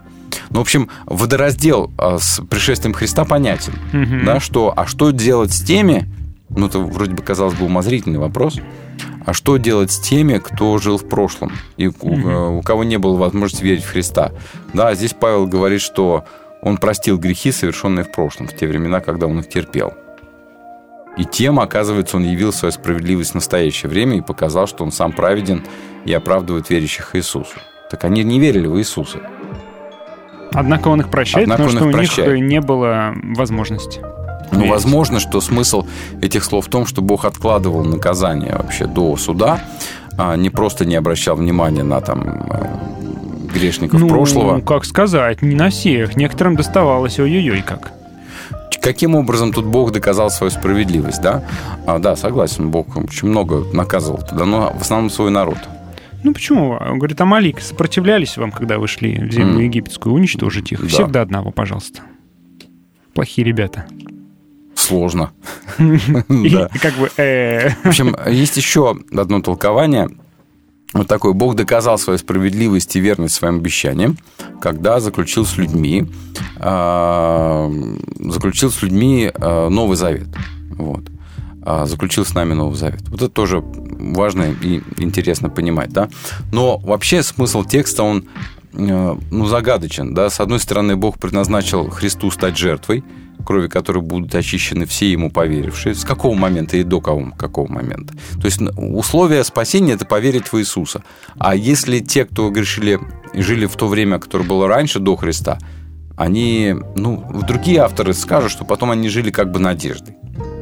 Ну, в общем, водораздел с пришествием Христа понятен. Угу. Да, что, а что делать с теми, ну, это вроде бы, казалось бы, умозрительный вопрос, а что делать с теми, кто жил в прошлом, и у, угу. у кого не было возможности верить в Христа? Да, здесь Павел говорит, что он простил грехи, совершенные в прошлом, в те времена, когда он их терпел. И тем, оказывается, он явил свою справедливость в настоящее время и показал, что он сам праведен и оправдывает верящих Иисусу. Так они не верили в Иисуса. Однако он их прощает, Однако потому что у прощает. них не было возможности. Ну, верить. Возможно, что смысл этих слов в том, что Бог откладывал наказание вообще до суда, а не просто не обращал внимания на там грешников ну, прошлого. Ну, как сказать, не на всех. Некоторым доставалось ой-ой-ой как. Каким образом тут Бог доказал свою справедливость, да? А, да, согласен, Бог очень много наказывал туда, но в основном свой народ. Ну, почему? Он говорит, Амалик, сопротивлялись вам, когда вы шли в землю mm. египетскую, уничтожить их. Да. Всех до одного, пожалуйста. Плохие ребята. Сложно. И как бы... В общем, есть еще одно толкование. Вот такое. Бог доказал свою справедливость и верность своим обещаниям, когда заключил с людьми, заключил с людьми Новый Завет. Вот. Заключил с нами Новый Завет. Вот это тоже важно и интересно понимать, да? Но вообще смысл текста, он ну, загадочен, да? С одной стороны, Бог предназначил Христу стать жертвой, крови которой будут очищены все ему поверившие. С какого момента и до кого, какого момента? То есть условие спасения – это поверить в Иисуса. А если те, кто грешили и жили в то время, которое было раньше, до Христа, они, ну, другие авторы скажут, что потом они жили как бы надеждой.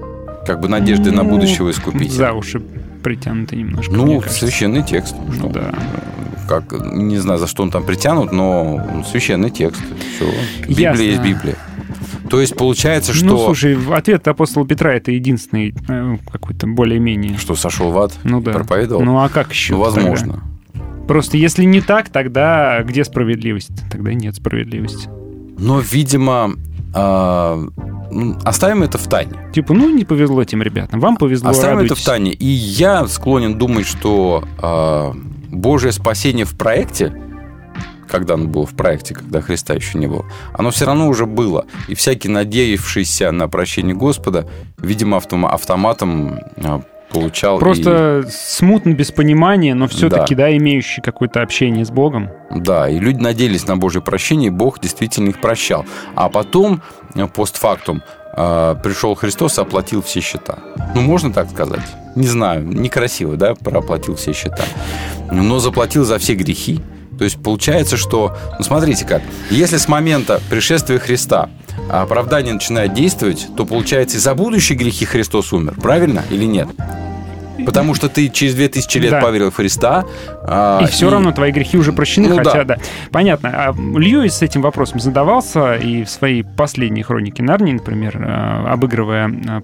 Как бы надеждой ну, на будущего искупителя. За уши притянуты немножко. Ну, священный текст. Ну, да. Как, не знаю, за что он там притянут, но священный текст. Все. Библия Ясно. Есть Библия. То есть получается, что... Ну, слушай, ответ апостола Петра – это единственный э, какой-то более-менее... Что, сошел в ад? Ну да. Проповедовал? Ну, а как еще? Ну, возможно. Тогда? Просто если не так, тогда где справедливость? Тогда нет справедливости. Но, видимо, э, оставим это в тайне. Типа, ну, не повезло этим ребятам. Вам повезло, Оставим радуйтесь. это в тайне. И я склонен думать, что э, Божье спасение в проекте, когда оно было в проекте, когда Христа еще не было, оно все равно уже было. И всякий, надеявшийся на прощение Господа, видимо, автоматом получал... Просто и... смутно, без понимания, но все-таки, да. да, имеющий какое-то общение с Богом. Да, и люди надеялись на Божье прощение, и Бог действительно их прощал. А потом, постфактум, пришел Христос и оплатил все счета. Ну, можно так сказать? Не знаю, некрасиво, да, проплатил все счета. Но заплатил за все грехи. То есть получается, что... Ну, смотрите как. Если с момента пришествия Христа оправдание начинает действовать, то, получается, и за будущие грехи Христос умер. Правильно или нет? Потому что ты через две тысячи лет да. поверил в Христа. И, и все равно твои грехи уже прощены, ну, хотя, да. да. Понятно. А Льюис с этим вопросом задавался, и в своей последней хронике Нарнии, например, обыгрывая...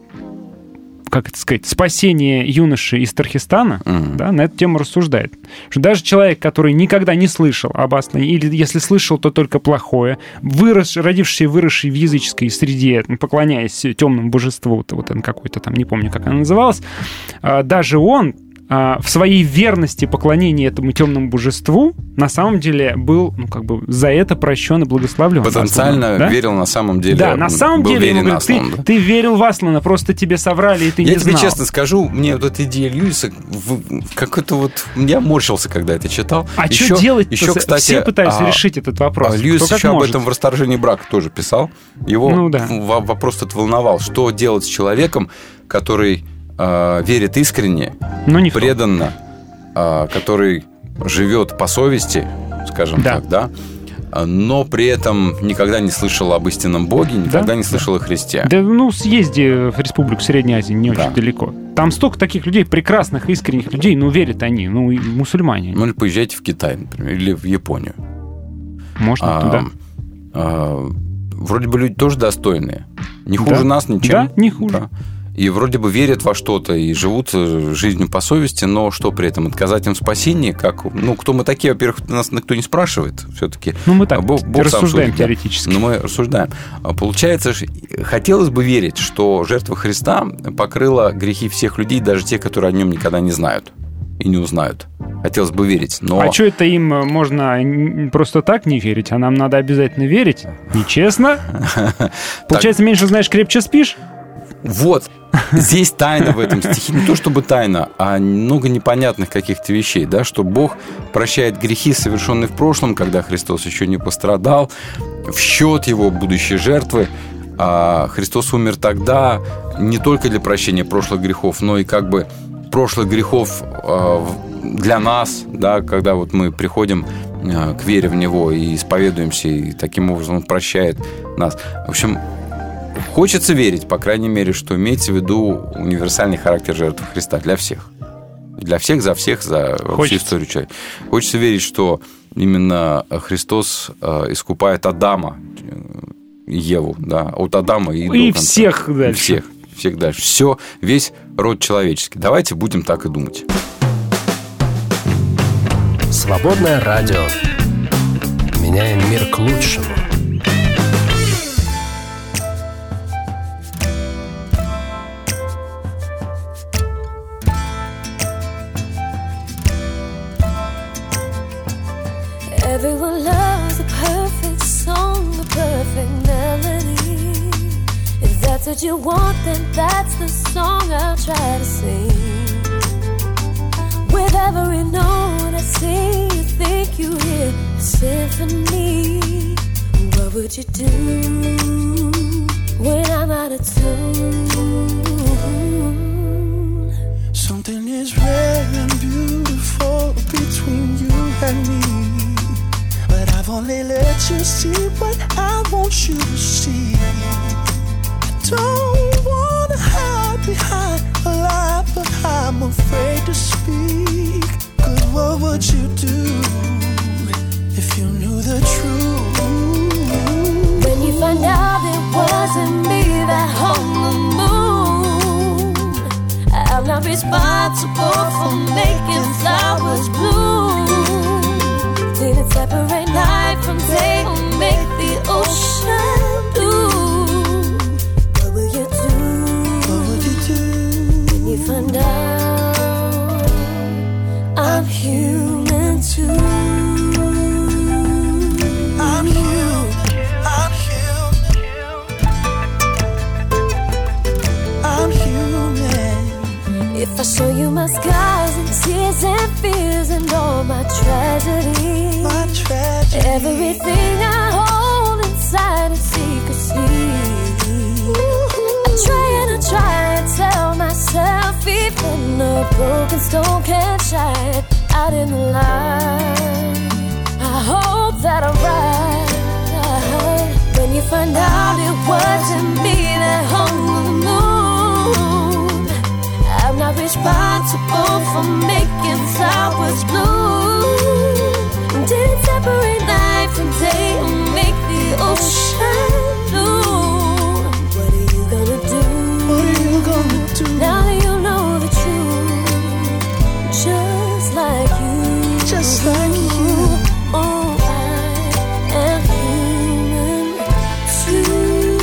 как это сказать, спасение юноши из Тархистана, mm-hmm. да, на эту тему рассуждает. Что даже человек, который никогда не слышал об Аслане, или если слышал, то только плохое, вырос, родившийся и выросший в языческой среде, поклоняясь темному божеству, вот он какой-то там, не помню, как оно называлось, даже он в своей верности поклонения этому темному божеству на самом деле был, ну, как бы за это прощен и благословлен. Потенциально Аслана, да? верил на самом деле. Да, на самом деле ему говорят, ты, да? ты верил в Аслана, просто тебе соврали, и ты я не знал. Я тебе честно скажу, мне вот эта идея Льюиса, какой-то вот... Я морщился, когда это читал. А еще, что делать? Еще, кстати, все пытаются а, решить этот вопрос. А Льюис Кто еще об может. этом в «Расторжении брака» тоже писал. Его ну, да. вопрос этот волновал. Что делать с человеком, который э, верит искренне, преданно, который живет по совести, скажем да. так, да, но при этом никогда не слышал об истинном Боге, никогда да? не слышал да. о Христе. Да, ну, съезди в Республику Средней Азии, не да. очень далеко. Там столько таких людей, прекрасных, искренних людей, ну, верят они, ну, и мусульмане. Ну, или поезжайте в Китай, например, или в Японию. Можно а, туда. А, вроде бы люди тоже достойные. Не хуже да. нас ничем. Да, не хуже. Да. И вроде бы верят во что-то и живут жизнью по совести, но что при этом? Отказать им в спасении? Как? Ну, кто мы такие? Во-первых, нас никто не спрашивает все-таки. Ну, мы так Бог, Бог рассуждаем судит, теоретически. Да. Ну, мы рассуждаем. Получается, хотелось бы верить, что жертва Христа покрыла грехи всех людей, даже те, которые о нем никогда не знают и не узнают. хотелось бы верить. Но... А что это им можно просто так не верить, а нам надо обязательно верить? Нечестно? Получается, меньше знаешь, крепче спишь? Вот. Здесь тайна в этом стихе. Не то чтобы тайна, а много непонятных каких-то вещей, да, что Бог прощает грехи, совершенные в прошлом, когда Христос еще не пострадал, в счет его будущей жертвы. А Христос умер тогда не только для прощения прошлых грехов, но и как бы прошлых грехов для нас, да, когда вот мы приходим к вере в Него и исповедуемся, и таким образом Он прощает нас. В общем, хочется верить, по крайней мере, что имеется в виду универсальный характер жертвы Христа для всех. Для всех, за всех, за всю историю человека. Хочется верить, что именно Христос искупает Адама и Еву, да, от Адама и, и до конца. всех дальше. Всех, всех дальше. Все, весь род человеческий. Давайте будем так и думать. Свободное радио. Меняем мир к лучшему. Everyone loves a perfect song, a perfect melody. If that's what you want, then that's the song I'll try to sing. With every note I sing, you think you hear a symphony. What would you do when I'm out of tune? Something is rare and beautiful between you and me. But I've only let you see what I want you to see. I don't wanna hide behind a lie, but I'm afraid to speak. But what would you do if you knew the truth? When you find out it wasn't me that hung the moon, I'm not responsible for making flowers bloom. Didn't separate night from day or make the ocean blue. What will you do? What would you do when you find out I'm human too? I'm human, I'm human, I'm human. If I show you my scars and tears and fears and all my tragedy, my tragedy, everything I hold inside in secrecy, I try and I try and tell myself even a broken stone can't shine out in the light. I hope that I'm right when you find out it wasn't me that hung the moon. I'm not responsible for making flowers bloom. Didn't separate night from day or make the ocean bloom. What are you gonna do? What are you gonna do now that you know the truth? Just like you, just like you. Oh, I am human too.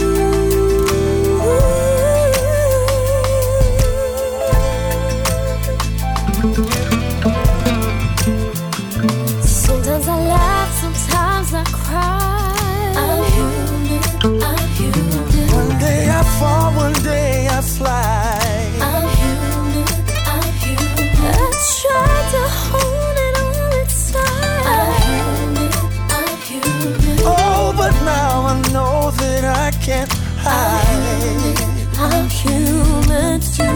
Sometimes I laugh, sometimes I cry. I'm human, I'm human. One day I fall, one day I fly. I'm human, I'm human. I try to hold it all inside. I'm human, I'm human. Oh, but now I know that I can't hide. I'm human too.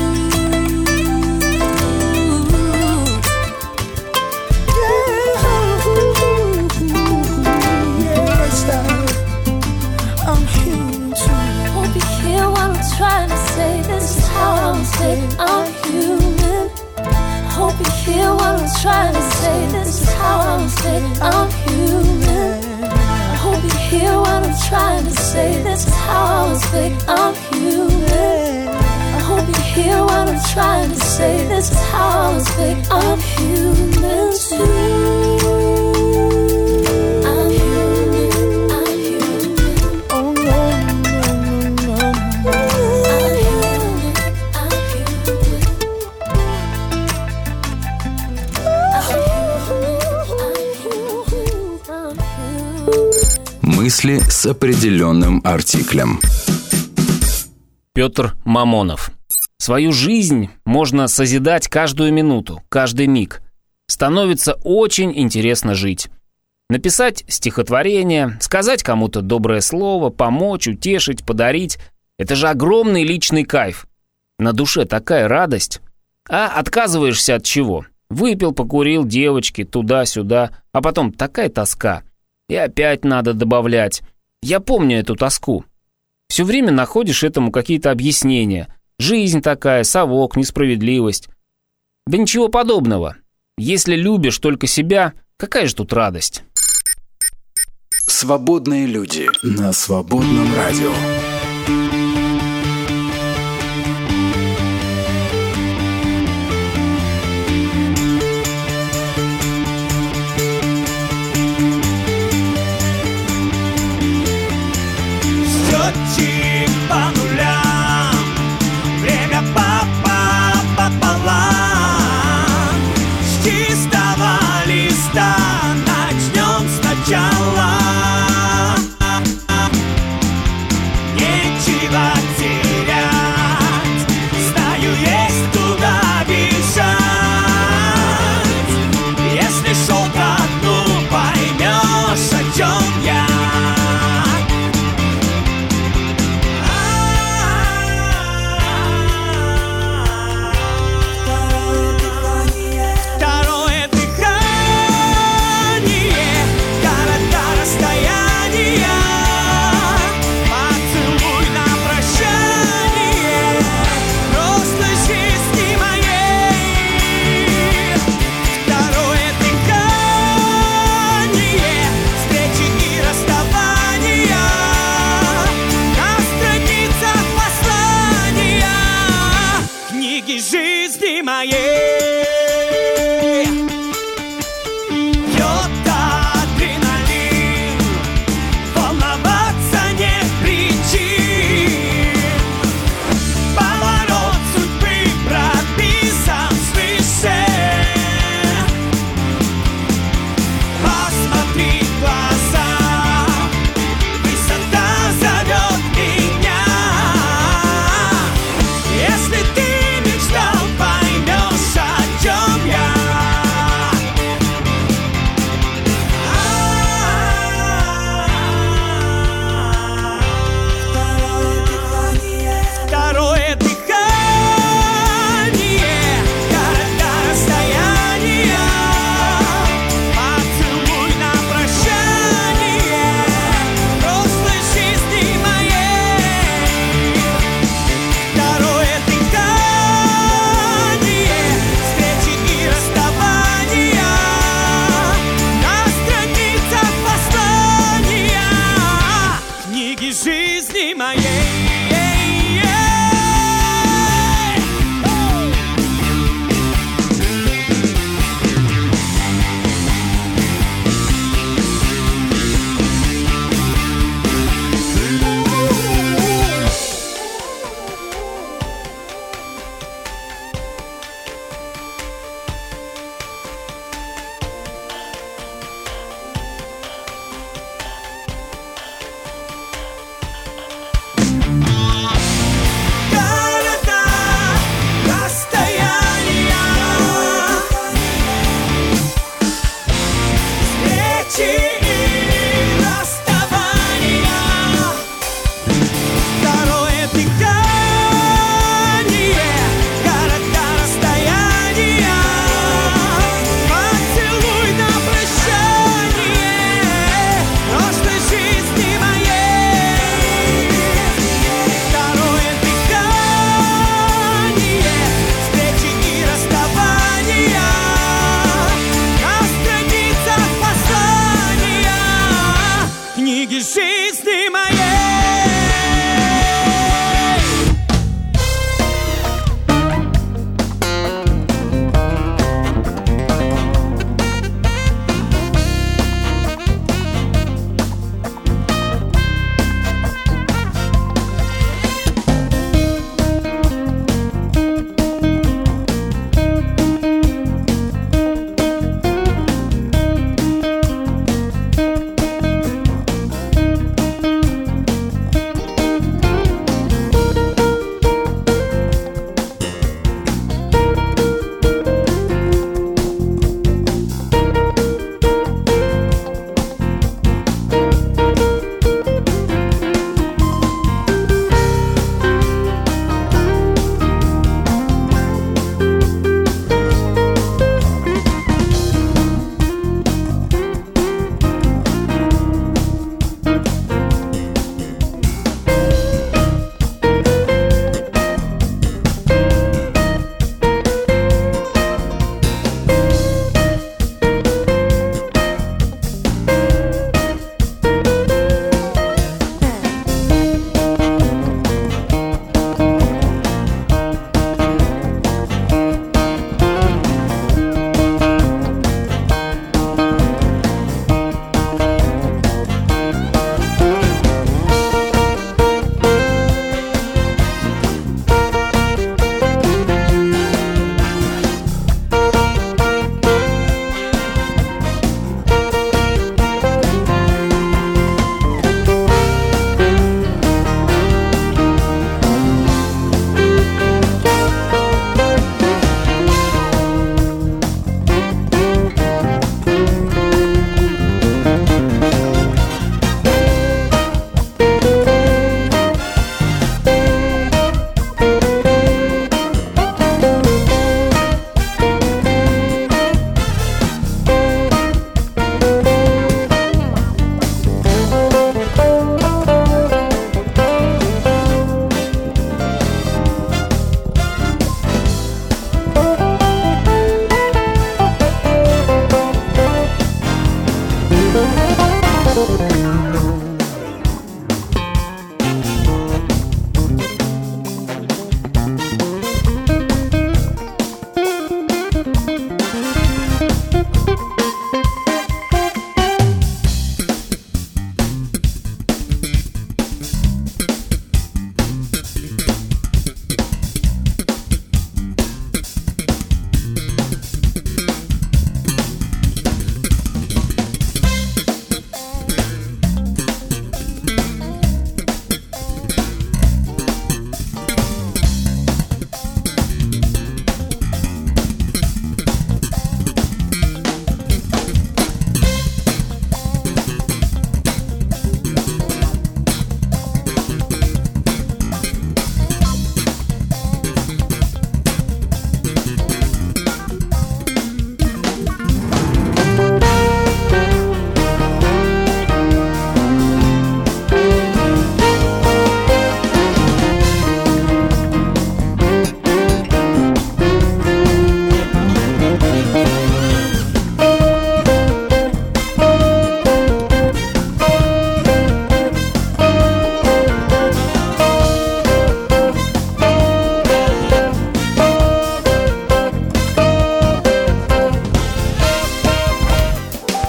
I'm human too. Hope you hear what I'm trying to say. This is how I'm saying I'm human. Hope you hear what I'm trying to say. This is how I'm saying I'm human. Hope you hear what I'm trying to say. This is how I'm saying I'm human. I hope you hear what I'm trying to say. This is how I'm saying I'm human too. Мысли с определенным артиклем. Петр Мамонов. Свою жизнь можно созидать каждую минуту, каждый миг. Становится очень интересно жить. Написать стихотворение, сказать кому-то доброе слово, помочь, утешить, подарить – это же огромный личный кайф. На душе такая радость. А отказываешься от чего? Выпил, покурил, девочки, туда-сюда, а потом такая тоска. И опять надо добавлять. Я помню эту тоску. Все время находишь этому какие-то объяснения. Жизнь такая, совок, несправедливость. Да ничего подобного. Если любишь только себя, какая же тут радость? Свободные люди на свободном радио. Счетчик по нулям, время папа пополам. С чистого листа начнем сначала. Нечего терять, знаю, есть туда бежать. Если шел ко дну, поймешь, о чем я. Второе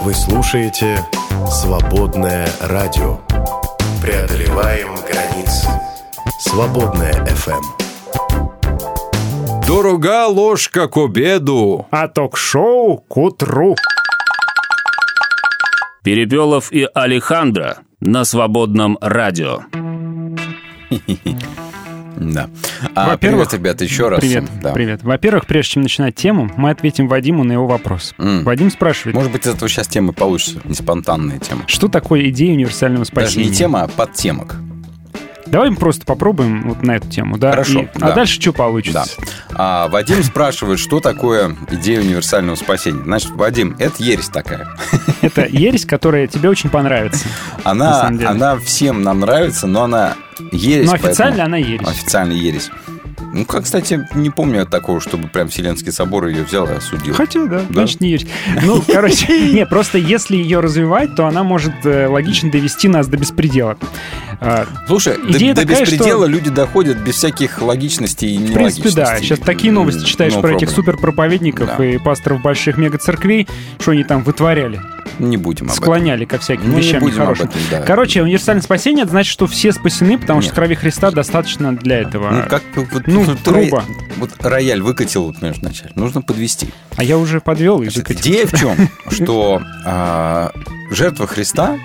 Вы слушаете «Свободное радио». Преодолеваем границы. «Свободное эф эм». Дорога ложка к обеду. А ток-шоу к утру. Перепелов и Алехандро на Свободном радио. Да. А, Во-первых, привет, ребята, еще раз. Привет, Да. привет. Во-первых, прежде чем начинать тему, мы ответим Вадиму на его вопрос. М. Вадим спрашивает, Может быть, из этого сейчас темы получится, не спонтанная тема. что такое идея универсального Даже спасения? не тема, а подтемок. Давай мы просто попробуем вот на эту тему, да? Хорошо, И- да. А дальше что Да. получится? А Вадим спрашивает, что такое идея универсального спасения. Значит, Вадим, это ересь такая. Это ересь, которая тебе очень понравится. на Она, самом деле. она всем нам нравится, но она ересь. Но официально поэтому- она ересь. Официально ересь. Ну, как, кстати, не помню такого, чтобы прям Вселенский собор ее взял и осудил. Хотя, да, Да? значит, не ересь. Ну, короче, не, просто если ее развивать, то она может э, логично довести нас до беспредела. А, Слушай, Идея до, до такая, беспредела что- люди доходят без всяких логичностей и В принципе, да. нелогичностей. Сейчас такие новости читаешь No про этих problem. суперпроповедников Да. и пасторов больших мегацерквей, что они там вытворяли, Не будем об этом. склоняли ко всяким Ну, не вещам будем об нехорошим. этом, да. Короче, универсальное спасение — это значит, что все спасены, потому что Нет. крови Христа достаточно для этого. Ну, как вот, Ну, вот грубо. роя- вот рояль выкатил, вот, понимаешь, вначале. Нужно подвести. А я уже подвел и Значит, выкатил. идея в чем? Что а, жертва Христа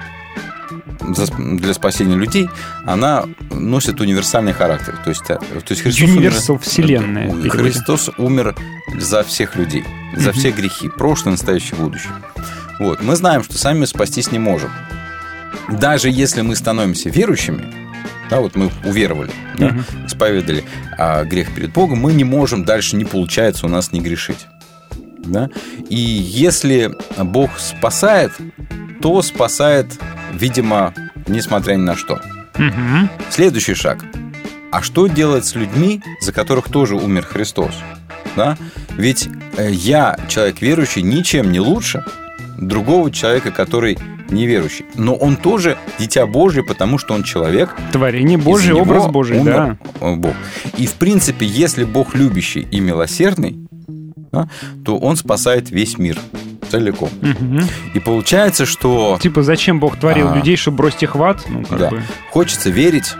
за- для спасения людей, она носит универсальный характер. То есть, а, то есть Христос Universal умер- вселенная, У- переводим. Христос умер за всех людей, за все грехи, прошлое, настоящее, будущее. Вот. Мы знаем, что сами спастись не можем. Даже если мы становимся верующими, да, вот мы уверовали, да, исповедали а, грех перед Богом, мы не можем дальше, не получается у нас не грешить. Да? И если Бог спасает, то спасает, видимо, несмотря ни на что. Мгм. Следующий шаг. А что делать с людьми, за которых тоже умер Христос? Да? Ведь э, я, человек верующий, ничем не лучше другого человека, который неверующий. Но он тоже дитя Божье, потому что он человек. Творение Божие, Из-за него образ Божий, да. умер Бог. И, в принципе, если Бог любящий и милосердный, да, то он спасает весь мир целиком. Мгм. И получается, что Типа, зачем Бог творил А. людей, чтобы бросить их в ад? Ну, как да, бы. хочется верить,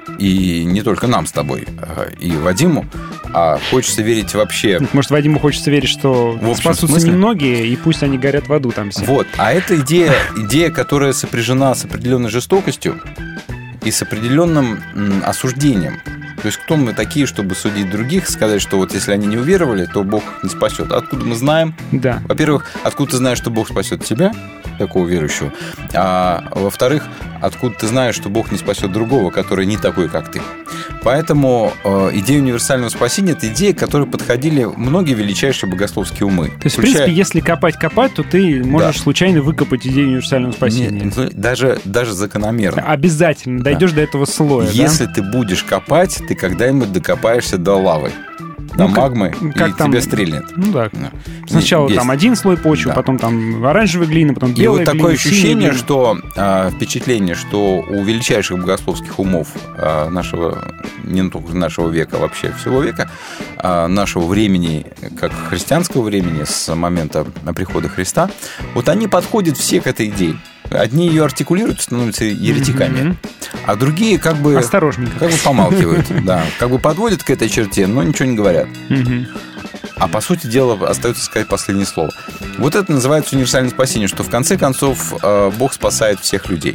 и не только нам с тобой, а, и Вадиму, а хочется верить вообще. Может, Вадиму хочется верить, что В общем спасутся смысле? немногие, и пусть они горят в аду там все. Вот. А это идея, идея, которая сопряжена с определенной жестокостью и с определенным м, осуждением. То есть кто мы такие, чтобы судить других, сказать, что вот если они не уверовали, то Бог не спасет. Откуда мы знаем? Да. Во-первых, откуда ты знаешь, что Бог спасет тебя, такого верующего? А во-вторых, откуда ты знаешь, что Бог не спасет другого, который не такой, как ты? Поэтому э, идея универсального спасения – это идея, к которой подходили многие величайшие богословские умы. То есть, в принципе, если копать-копать, то ты можешь Да. случайно выкопать идею универсального спасения. Нет, ну, даже, даже закономерно. Обязательно дойдешь до этого слоя, Если ты будешь копать, ты когда-нибудь докопаешься до лавы, до Ну, как- магмы, как и там- тебя стрельнет. да? Ну да. Да. Сначала Есть. там один слой почвы, Да. потом там оранжевая глина, потом И белая вот такое глина, синяя ощущение, глина. что а, впечатление, что у величайших богословских умов а, нашего, не только нашего века, а вообще всего века, а, нашего времени, как христианского времени, с момента прихода Христа, вот они подходят все к этой идее. Одни ее артикулируют, становятся еретиками, Мгм. а другие как бы, Осторожненько. как бы помалкивают, да, как бы подводят к этой черте, но ничего не говорят. Мгм. А по сути дела остается сказать последнее слово. Вот это называется универсальное спасение, что в конце концов э, Бог спасает всех людей.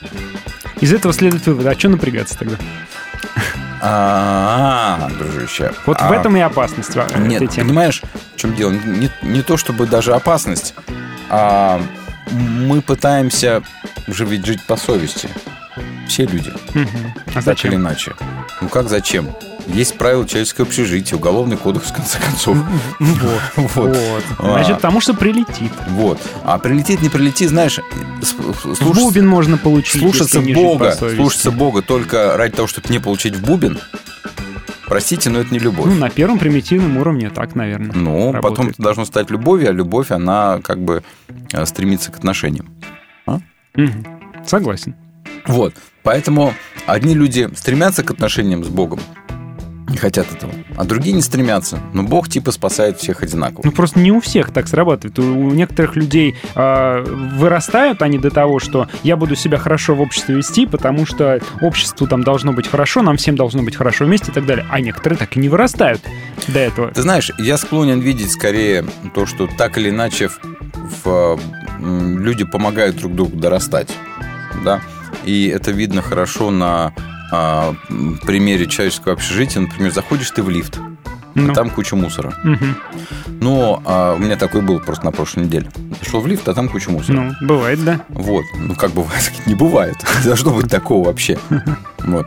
Из этого следует вывод. А что напрягаться тогда? А, дружище. Вот а, в этом и опасность э, этой Нет, темы. понимаешь, в чем дело? Не, не то чтобы даже опасность, а мы пытаемся же ведь жить по совести. Все люди. Мгм. А Так или зачем? иначе. Ну как зачем? Есть правила человеческого общежития, уголовный кодекс, в конце концов. Вот. Вот. Вот. А. Значит, потому что прилетит. Вот. А прилетит, не прилетит, знаешь, с- В слушай, бубен можно получить, слушаться если не жить Бога, по совести. слушаться Бога только ради того, чтобы не получить в бубен, простите, но это не любовь. Ну, на первом примитивном уровне так, наверное. Ну, потом работает. это должно стать любовью, а любовь, она как бы э, стремится к отношениям. Мгм. Согласен. Вот. Поэтому одни люди стремятся к отношениям с Богом, Не хотят этого. А другие не стремятся. Но Бог типа спасает всех одинаково. Ну, просто не у всех так срабатывает. У, у некоторых людей э, вырастают они до того, что я буду себя хорошо в обществе вести, потому что обществу там должно быть хорошо, нам всем должно быть хорошо вместе и так далее. А некоторые так и не вырастают до этого. Ты знаешь, я склонен видеть скорее то, что так или иначе в, в, люди помогают друг другу дорастать. Да? И это видно хорошо на а, примере человеческого общежития. Например, заходишь ты в лифт, ну. а там куча мусора. Угу. Но а, у меня такой был просто на прошлой неделе. Зашел в лифт, а там куча мусора. Ну, бывает, да. Вот. Ну, как бывает? Не бывает. Должно быть такого вообще. Вот.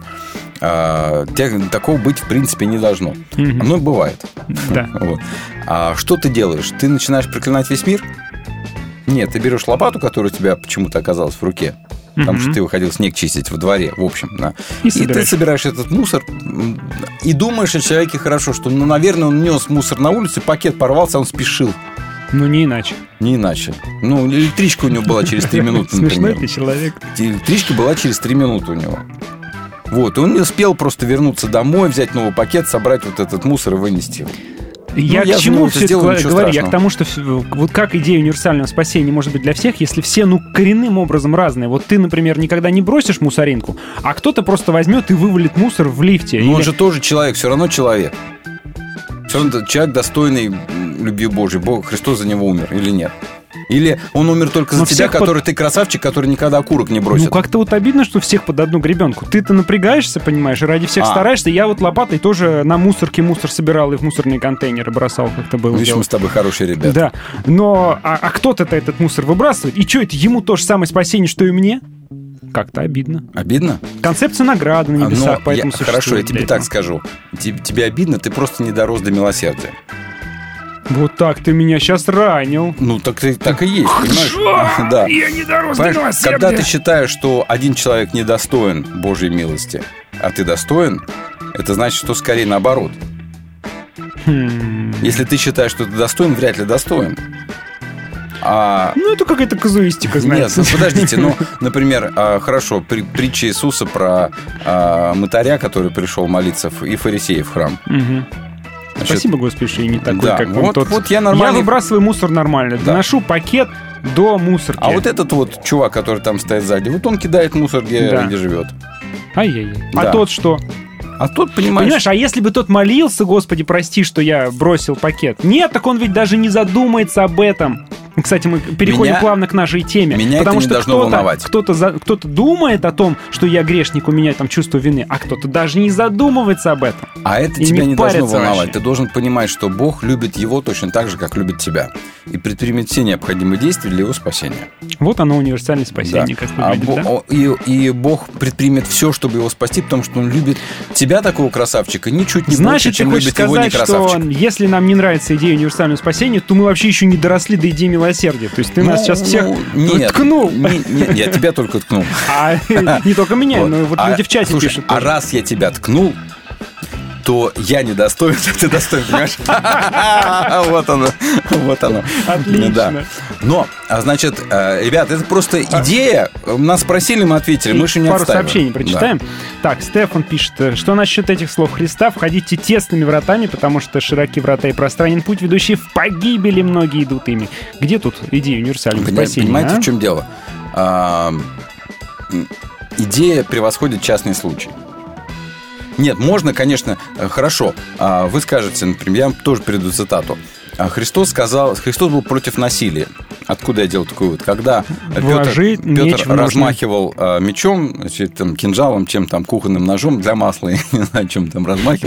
А, такого быть, в принципе, не должно. Оно бывает. Да. Вот. А что ты делаешь? Ты начинаешь проклинать весь мир? Нет, ты берешь лопату, которая у тебя почему-то оказалась в руке, потому что ты выходил снег чистить во дворе, в общем, да. И, и ты собираешь этот мусор и думаешь о человеке хорошо, что, ну, наверное, он нес мусор на улице, пакет порвался, он спешил. Ну, не иначе. Не иначе. Ну, электричка у него была через три минуты, например. Смешной ты человек. Электричка была через три минуты у него. Вот, и он не успел просто вернуться домой, взять новый пакет, собрать вот этот мусор и вынести его. Я ну, к я чему все это говорю? страшного. Я к тому, что вот как идея универсального спасения может быть для всех, если все, ну, коренным образом разные. Вот ты, например, никогда не бросишь мусоринку, а кто-то просто возьмет и вывалит мусор в лифте. Но или... он же тоже человек, все равно человек. Все равно человек достойный любви Божьей. Бог, Христос за него умер или нет? Или он умер только за Но тебя, который под... ты красавчик, который никогда окурок не бросит? Ну, как-то вот обидно, что всех под одну гребенку. Ты-то напрягаешься, понимаешь, и ради всех а. стараешься. Я вот лопатой тоже на мусорке мусор собирал и в мусорные контейнеры бросал, как-то было. Видишь, дело. мы с тобой хорошие ребята. Да, но а, а кто-то-то этот мусор выбрасывает. И что, это ему то же самое спасение, что и мне? Как-то обидно. Обидно? Концепция награды на небесах, но поэтому я, существует. Хорошо, я тебе так скажу. Тебе, тебе обидно, ты просто не дорос до милосердия. Вот так ты меня сейчас ранил. Ну, так, ты, так и есть, понимаешь? Да. Я не дорос до милосердия. Когда ты считаешь, что один человек недостоин Божьей милости, а ты достоин, это значит, что скорее наоборот. Хм. Если ты считаешь, что ты достоин, вряд ли достоин. А... Ну, это какая-то казуистика, знаете. Нет, ну, подождите, ну, например, хорошо, при, притча Иисуса про а, мытаря, который пришел молиться и фарисеев в храм. Угу. Значит, спасибо, Господи, что я не такой, да, как вот, он тот. Вот я, нормальный... я выбрасываю мусор нормально, да. Доношу пакет до мусорки. А вот этот вот чувак, который там стоит сзади, вот он кидает мусор, где, да. где живет. Ай-яй-яй. Да. А тот что? А тот, понимаешь... Понимаешь, а если бы тот молился, Господи, прости, что я бросил пакет. Нет, так он ведь даже не задумается об этом. Кстати, мы переходим меня, плавно к нашей теме. Меня потому это не что должно кто-то, волновать. Кто-то, за, кто-то думает о том, что я грешник, у меня там чувство вины, а кто-то даже не задумывается об этом. А это и тебя не, не должно волновать. вообще. Ты должен понимать, что Бог любит его точно так же, как любит тебя. И предпримет все необходимые действия для его спасения. Вот оно, универсальное спасение, да. как выглядит, а, да? и, и Бог предпримет все, чтобы его спасти, потому что он любит тебя, такого красавчика, ничуть не Значит, больше, чем ты хочешь любит сказать, его не красавчик. что если нам не нравится идея универсального спасения, то мы вообще еще не доросли до идеи милосердия. То есть ты ну, нас сейчас всех ну, нет, ткнул. Не, не, я тебя только ткнул. А не только меня, но вот люди в чате пишут. А раз я тебя ткнул, то я недостоин, а ты достоин, понимаешь? Вот оно, вот оно. Отлично. Но, значит, ребят, это просто идея. Нас спросили, мы ответили, мы еще не Пару отставим. сообщений прочитаем. Так, Стефан пишет, что насчет этих слов Христа: входите тесными вратами, потому что широки врата и пространен путь, ведущий в погибели, многие идут ими. Где тут идея универсального спасения? Понимаете, а? в чем дело? А, идея превосходит частный случай. Нет, можно, конечно, хорошо. Вы скажете, например, я тоже приведу цитату. Христос сказал, Христос был против насилия. Откуда я делал такой вот? Когда Вложи Петр, меч Петр в размахивал а, мечом, значит, там, кинжалом, чем там, кухонным ножом для масла, я не знаю, чем там размахивал.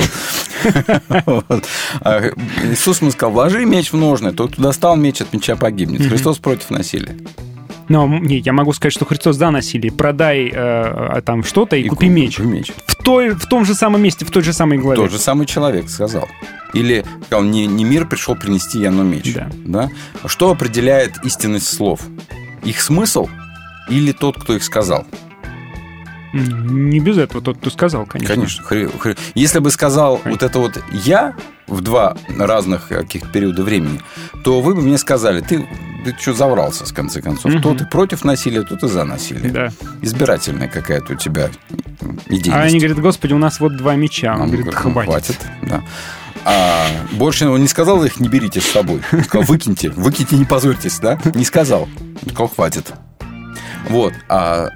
Иисус ему сказал: вложи меч в ножны, тот, кто достал меч, от меча погибнет. Христос против насилия. Но не, я могу сказать, что Христос за насилие. Продай э, там что-то и, и купи меч. меч. В, той, в том же самом месте, в той же самой главе. Тот же самый человек сказал. Или сказал: не, не мир пришел принести я, но меч. Да. Да? Что определяет истинность слов? Их смысл или тот, кто их сказал? Не без этого, тот, кто сказал, конечно. Конечно. Хри... Хри... Если бы сказал конечно. Вот это вот я в два разных каких-то периода времени, то вы бы мне сказали, ты, ты что заврался, с конце концов. Угу. То ты против насилия, то ты за насилие. Да. Избирательная какая-то у тебя идея. А они говорят, господи, у нас вот два меча. Он, Он говорит, говорит хватит. хватит. Да. А больше он не сказал, их не берите с собой. Он сказал, выкиньте, выкиньте, не позорьтесь, да? Не сказал. Он сказал, хватит. Вот. А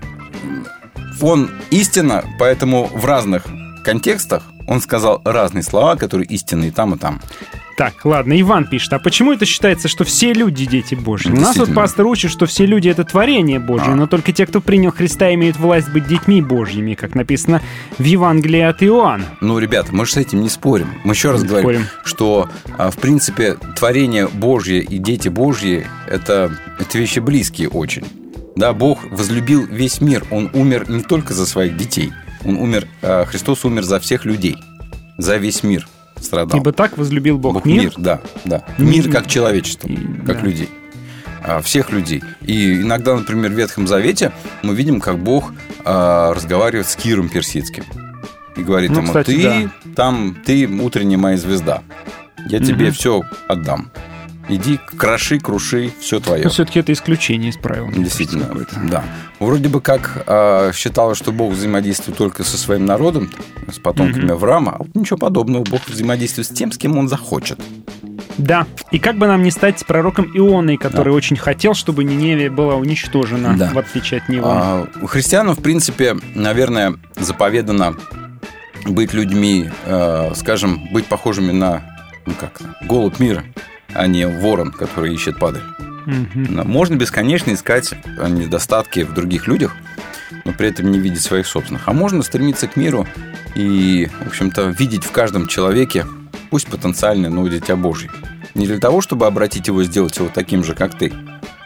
он истина, поэтому в разных контекстах он сказал разные слова, которые истинные там и там. Так, ладно, Иван пишет, а почему это считается, что все люди дети Божьи? У нас вот пастор учит, что все люди — это творение Божье, а. но только те, кто принял Христа, имеют власть быть детьми Божьими, как написано в Евангелии от Иоанна. Ну, ребята, мы же с этим не спорим. Мы еще раз не говорим, спорим. Что, в принципе, творение Божье и дети Божьи — это, это вещи близкие очень. Да, Бог возлюбил весь мир. Он умер не только за своих детей. Он умер, Христос умер за всех людей, за весь мир. Страдал. Ибо так возлюбил Бог, Бог мир. мир, да, да. Мир как человечество, и, как да. людей. Всех людей. И иногда, например, в Ветхом Завете мы видим, как Бог а, разговаривает с Киром Персидским. И говорит ну, ему, кстати, ты, да. там, ты утренняя моя звезда. Я угу. тебе все отдам. Иди, кроши, круши, все твое. Но все-таки это исключение из правил. Действительно, да. Вроде бы как э, считалось, что Бог взаимодействует только со своим народом, с потомками mm-hmm. Авраама, а вот ничего подобного. Бог взаимодействует с тем, с кем он захочет. Да. И как бы нам не стать пророком Ионой, который да. очень хотел, чтобы Ниневия была уничтожена, да. в отличие от него. А, христианам, в принципе, наверное, заповедано быть людьми, э, скажем, быть похожими на ну как, голубь мира, а не ворон, который ищет падаль. Mm-hmm. Можно бесконечно искать недостатки в других людях, но при этом не видеть своих собственных. А можно стремиться к миру и, в общем-то, видеть в каждом человеке, пусть потенциально, но дитя Божье. Не для того, чтобы обратить его, сделать его таким же, как ты.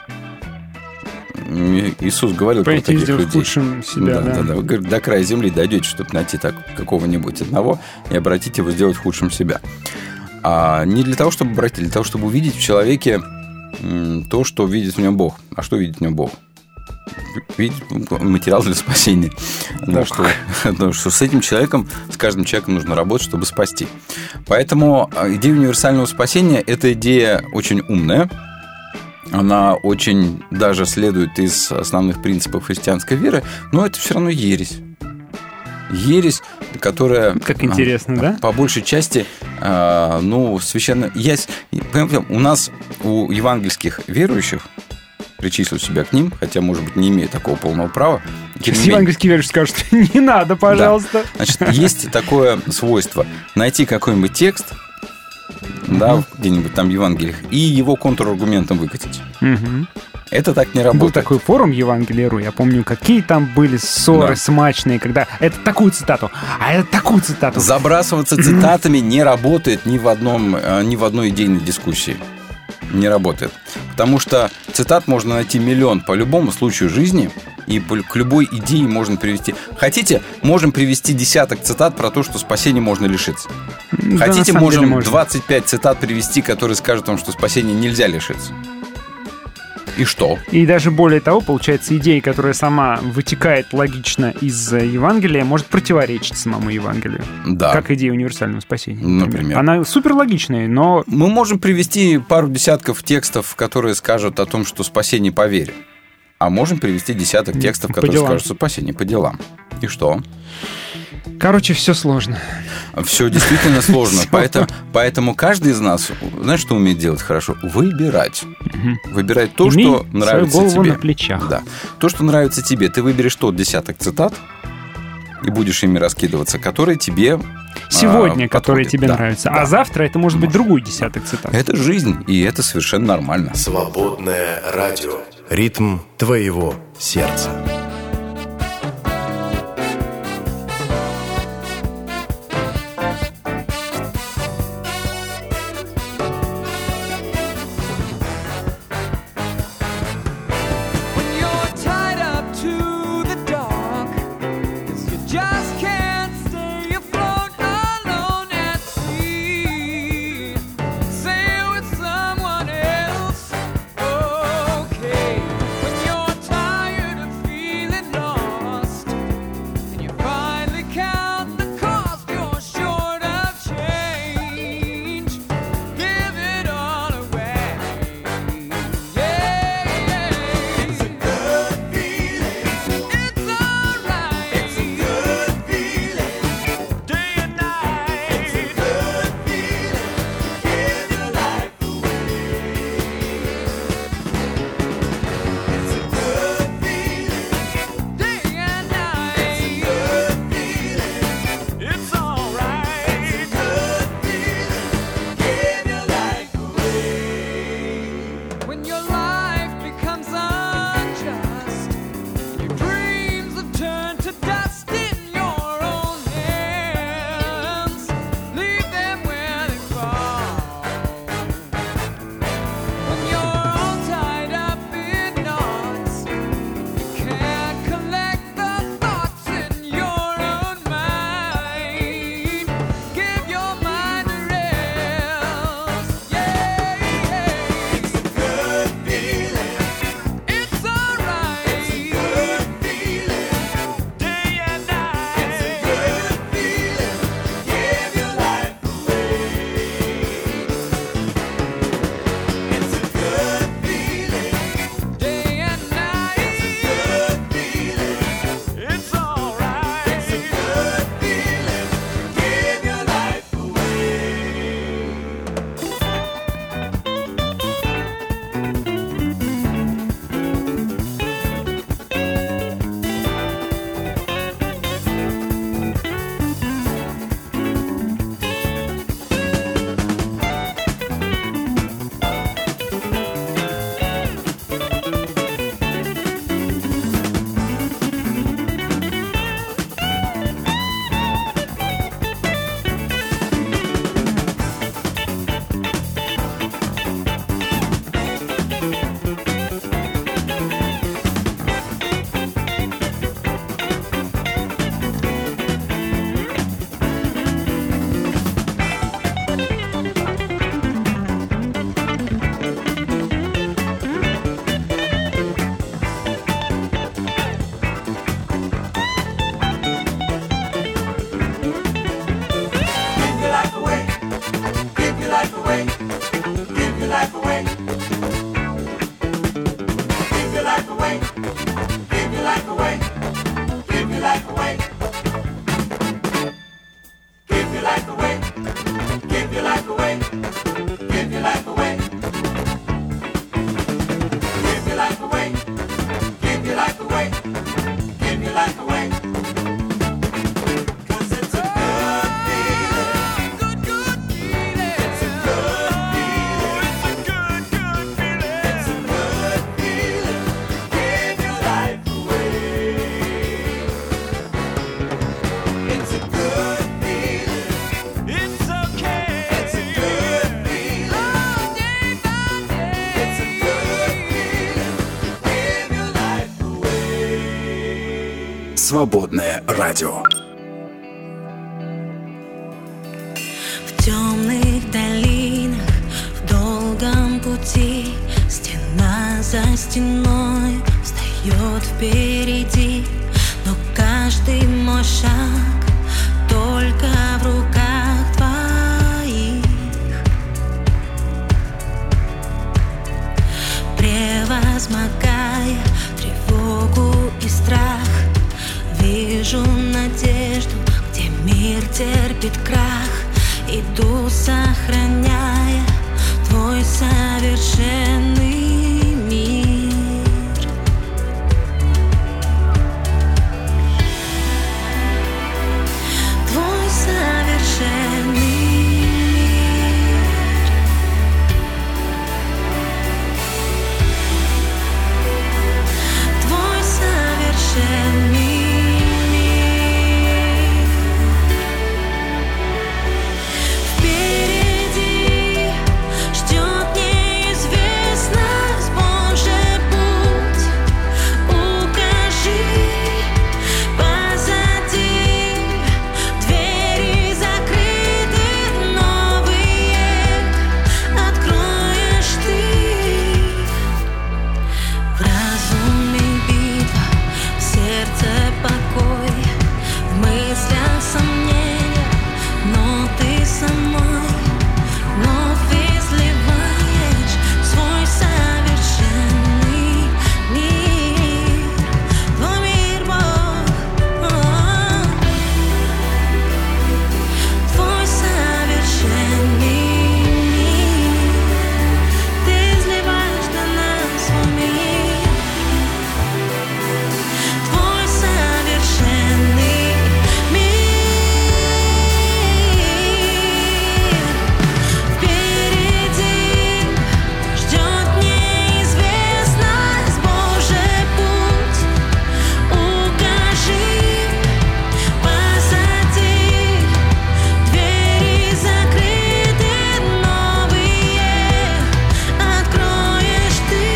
Иисус говорил Пойти про таких людей. Худшим себя, да, да. Да, да. Вы, говорит, до края земли дойдете, чтобы найти так, какого-нибудь одного и обратить его, сделать худшим себя. А не для того, чтобы обратить, а для того, чтобы увидеть в человеке то, что видит в нем Бог. А что видит в нем Бог? Видит материал для спасения. Да, что, да, что с этим человеком, с каждым человеком нужно работать, чтобы спасти. Поэтому идея универсального спасения – это идея очень умная. Она очень даже следует из основных принципов христианской веры, но это все равно ересь. Ересь, которая... Как интересно, а, да? По большей части, а, ну, священно... Есть, у нас, у евангельских верующих, причислю себя к ним, хотя, может быть, не имею такого полного права. Сейчас евангельские верующие скажут, что не надо, пожалуйста. Да. Значит, есть такое свойство. Найти какой-нибудь текст, угу. да, где-нибудь там в Евангелиях, и его контраргументом выкатить. Угу. Это так не работает. Был такой форум Евангелия.ру, я помню, какие там были ссоры да. смачные, когда это такую цитату, а это такую цитату. Забрасываться цитатами не работает ни в, одном, ни в одной идейной дискуссии. Не работает. Потому что цитат можно найти миллион по любому случаю жизни, и к любой идее можно привести. Хотите, можем привести десяток цитат про то, что спасения можно лишиться. Да, Хотите, можем двадцать пять цитат привести, которые скажут вам, что спасения нельзя лишиться. И что? И даже более того, получается, идея, которая сама вытекает логично из Евангелия, может противоречить самому Евангелию. Да. Как идея универсального спасения. Например. например. Она суперлогичная, но... Мы можем привести пару десятков текстов, которые скажут о том, что спасение по вере. А можем привести десяток текстов, по которые делам. скажут, что спасение по делам. И что? Короче, все сложно. Все действительно сложно. Поэтому, поэтому каждый из нас, знаешь, что умеет делать хорошо? Выбирать. Угу. Выбирать то, Имей что нравится свою голову тебе. На плечах. Да. То, что нравится тебе. Ты выберешь тот десяток цитат и будешь ими раскидываться, которые тебе сегодня, а, которые тебе да, нравятся. Да. А завтра это может быть другой десяток цитат. Это жизнь, и это совершенно нормально. Свободное радио. Ритм твоего сердца. Feel life away. Give your life away. Give your life away. Give your life away. Give your life away. Give your life away. Give your life away. 'Cause it's a good feeling. Good, good feeling. It's a good feeling. It's a good, good feeling. It's a good feeling. Give your life away. It's a good feeling. It's okay. It's a good feeling. Day by day. It's a good feeling. Give your life away. Свободное радио. В темных долинах, в долгом пути, стена за стеной встает впереди. Но каждый мой шаг только в руках твоих. Превозмогая тревогу и страх, вижу надежду, где мир терпит крах. Иду, сохраняя твой совершенный мир. Твой совершенный мир. Твой совершенный мир. Впереди ждет неизвестность, Боже, путь укажи. Позади двери закрыты, новые откроешь ты. В разуме битва, в сердце покой, в мыслях сомнения, но ты со мной. Вновь изливаешь свой совершенный мир. Твой мир, Бог, твой совершенный мир. Ты изливаешь на нас свой мир. Твой совершенный мир. Впереди ждет неизвестность, Боже, путь укажи. Позади двери закрыты, новые откроешь ты.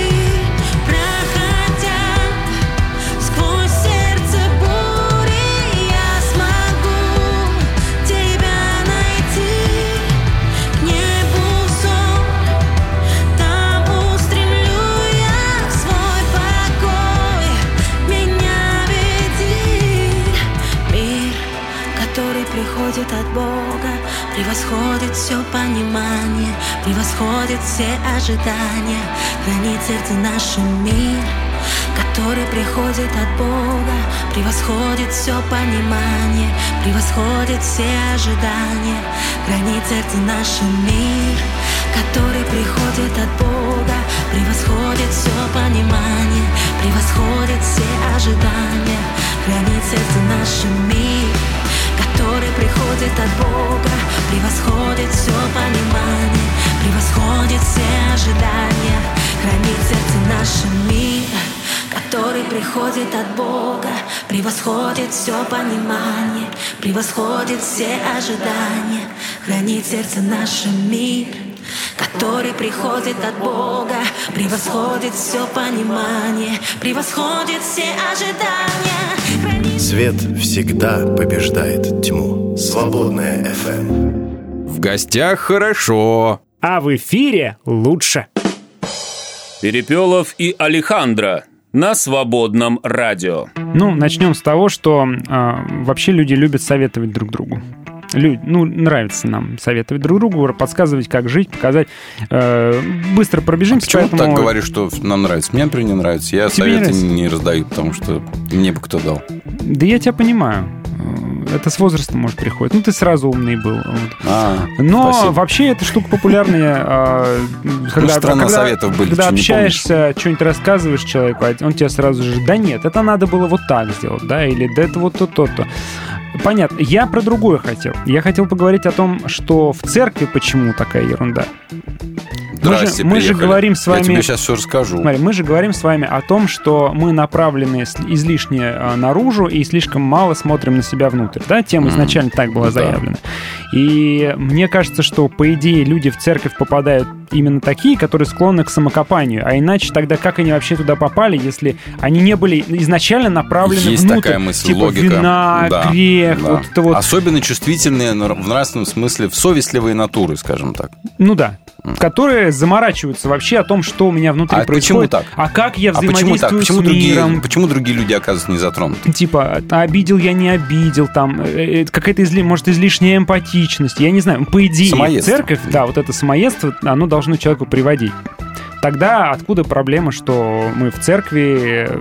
Проходя сквозь сердце бури, я смогу тебя найти. К небу взор, там устремлю я свой покой. Меня веди. Мир, который приходит от Бога, превосходит все понимание, превосходит все ожидания. Хранит сердце наше мир, который приходит от Бога, превосходит все понимание, превосходит все ожидания. Хранит сердце наше мир, который приходит от Бога, превосходит все понимание, превосходит все ожидания. Хранит сердце наше мир, который приходит от Бога, превосходит все понимание, превосходит все ожидания. Хранит сердце наше мир, который приходит от Бога, превосходит все понимание, превосходит все ожидания. Хранит сердце наше мир, который приходит от Бога, превосходит все понимание, превосходит все ожидания. Свет всегда побеждает тьму. Свободное эф эм. В гостях хорошо. А в эфире лучше. Перепелов и Алехандро на Свободном радио. Ну, начнем с того, что э, вообще люди любят советовать друг другу. Люди, ну, нравится нам советовать друг другу, подсказывать, как жить, показать. Э, быстро пробежимся. А почему поэтому... ты так говоришь, что нам нравится? Мне, например, не нравится. Я Тебе советы не, не раздаю, потому что мне бы кто дал. Да я тебя понимаю. Это с возрастом, может, приходит. Ну, ты сразу умный был. Вот. А, Но спасибо. вообще эта штука популярная. Когда, страна когда, советов были, когда что не общаешься, что-нибудь рассказываешь человеку, а он тебе сразу же, да нет, это надо было вот так сделать, да, или да это вот то-то-то. Понятно. Я про другое хотел. Я хотел поговорить о том, что в церкви почему такая ерунда. Мы же, мы же говорим с вами... Я тебе сейчас все расскажу. Смотри, мы же говорим с вами о том, что мы направлены излишне а, наружу и слишком мало смотрим на себя внутрь. Да? Тема mm-hmm. изначально так была заявлена. Да. И мне кажется, что, по идее, люди в церковь попадают именно такие, которые склонны к самокопанию. А иначе тогда как они вообще туда попали, если они не были изначально направлены Есть внутрь? Есть такая мысль, типа логика. вина, да, грех. да. Вот это вот. Особенно чувствительные в нравственном смысле, в совестливые натуры, скажем так. Ну да. Которые заморачиваются вообще о том, что у меня внутри а происходит. Почему так? А как я а почему так? взаимодействую Почему с другие, миром. Почему другие люди оказываются не затронуты? Типа, обидел я, не обидел, там, э, какая-то, изли, может, излишняя эмпатичность. Я не знаю, по идее, церковь, да, вот это самоедство, оно должно человеку приводить. Тогда откуда проблема, что мы в церкви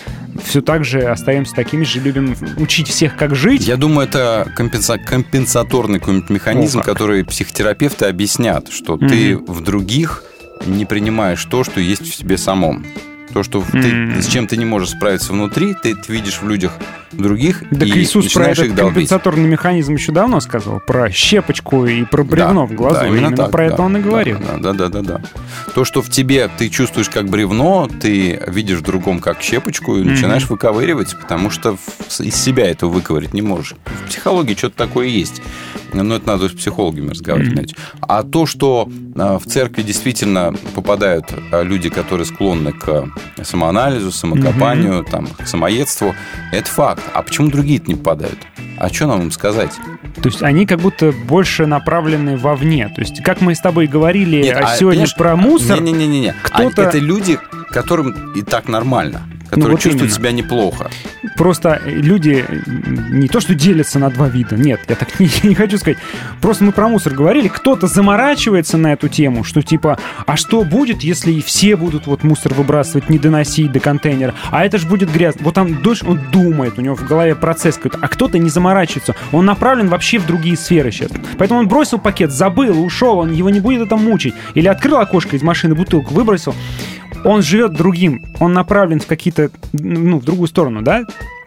все так же остаемся такими же, любим учить всех, как жить? Я думаю, это компенса- компенсаторный какой-нибудь механизм, О, который психотерапевты объяснят, что mm-hmm. ты в других не принимаешь то, что есть в себе самом. То, что mm-hmm. ты, с чем ты не можешь справиться внутри, ты это видишь в людях других, так и Иисус начинаешь про их этот долбить. Компенсаторный механизм еще давно сказал. Про щепочку и про бревно да, в глазу. Да, именно именно так, про да, это он и говорил. Да, да, да, да, да. То, что в тебе ты чувствуешь как бревно, ты видишь в другом как щепочку и mm-hmm. начинаешь выковыривать, потому что из себя этого выковырять не можешь. В психологии что-то такое есть. Но это надо с психологами разговаривать. Mm-hmm. А то, что в церкви действительно попадают люди, которые склонны к самоанализу, самокопанию, mm-hmm. там, к самоедству, это факт. А почему другие-то не попадают? А что нам им сказать? То есть они как будто больше направлены вовне. То есть, как мы с тобой говорили Нет, а, сегодня про мусор, не-не-не, кто-то... А это люди, которым и так нормально, которые ну, вот чувствуют именно. себя неплохо. Просто люди не то что делятся на два вида, нет, я так не, не хочу сказать. Просто мы про мусор говорили, кто-то заморачивается на эту тему, что типа, а что будет, если все будут вот мусор выбрасывать, не доносить до контейнера, а это же будет грязно. Вот там дольше он думает, у него в голове процесс какой-то, а кто-то не заморачивается, он направлен вообще в другие сферы сейчас. Поэтому он бросил пакет, забыл, ушел, он его не будет это мучить. Или открыл окошко из машины, бутылку выбросил. Он живет другим, он направлен в какие-то, ну, в другую сторону, да?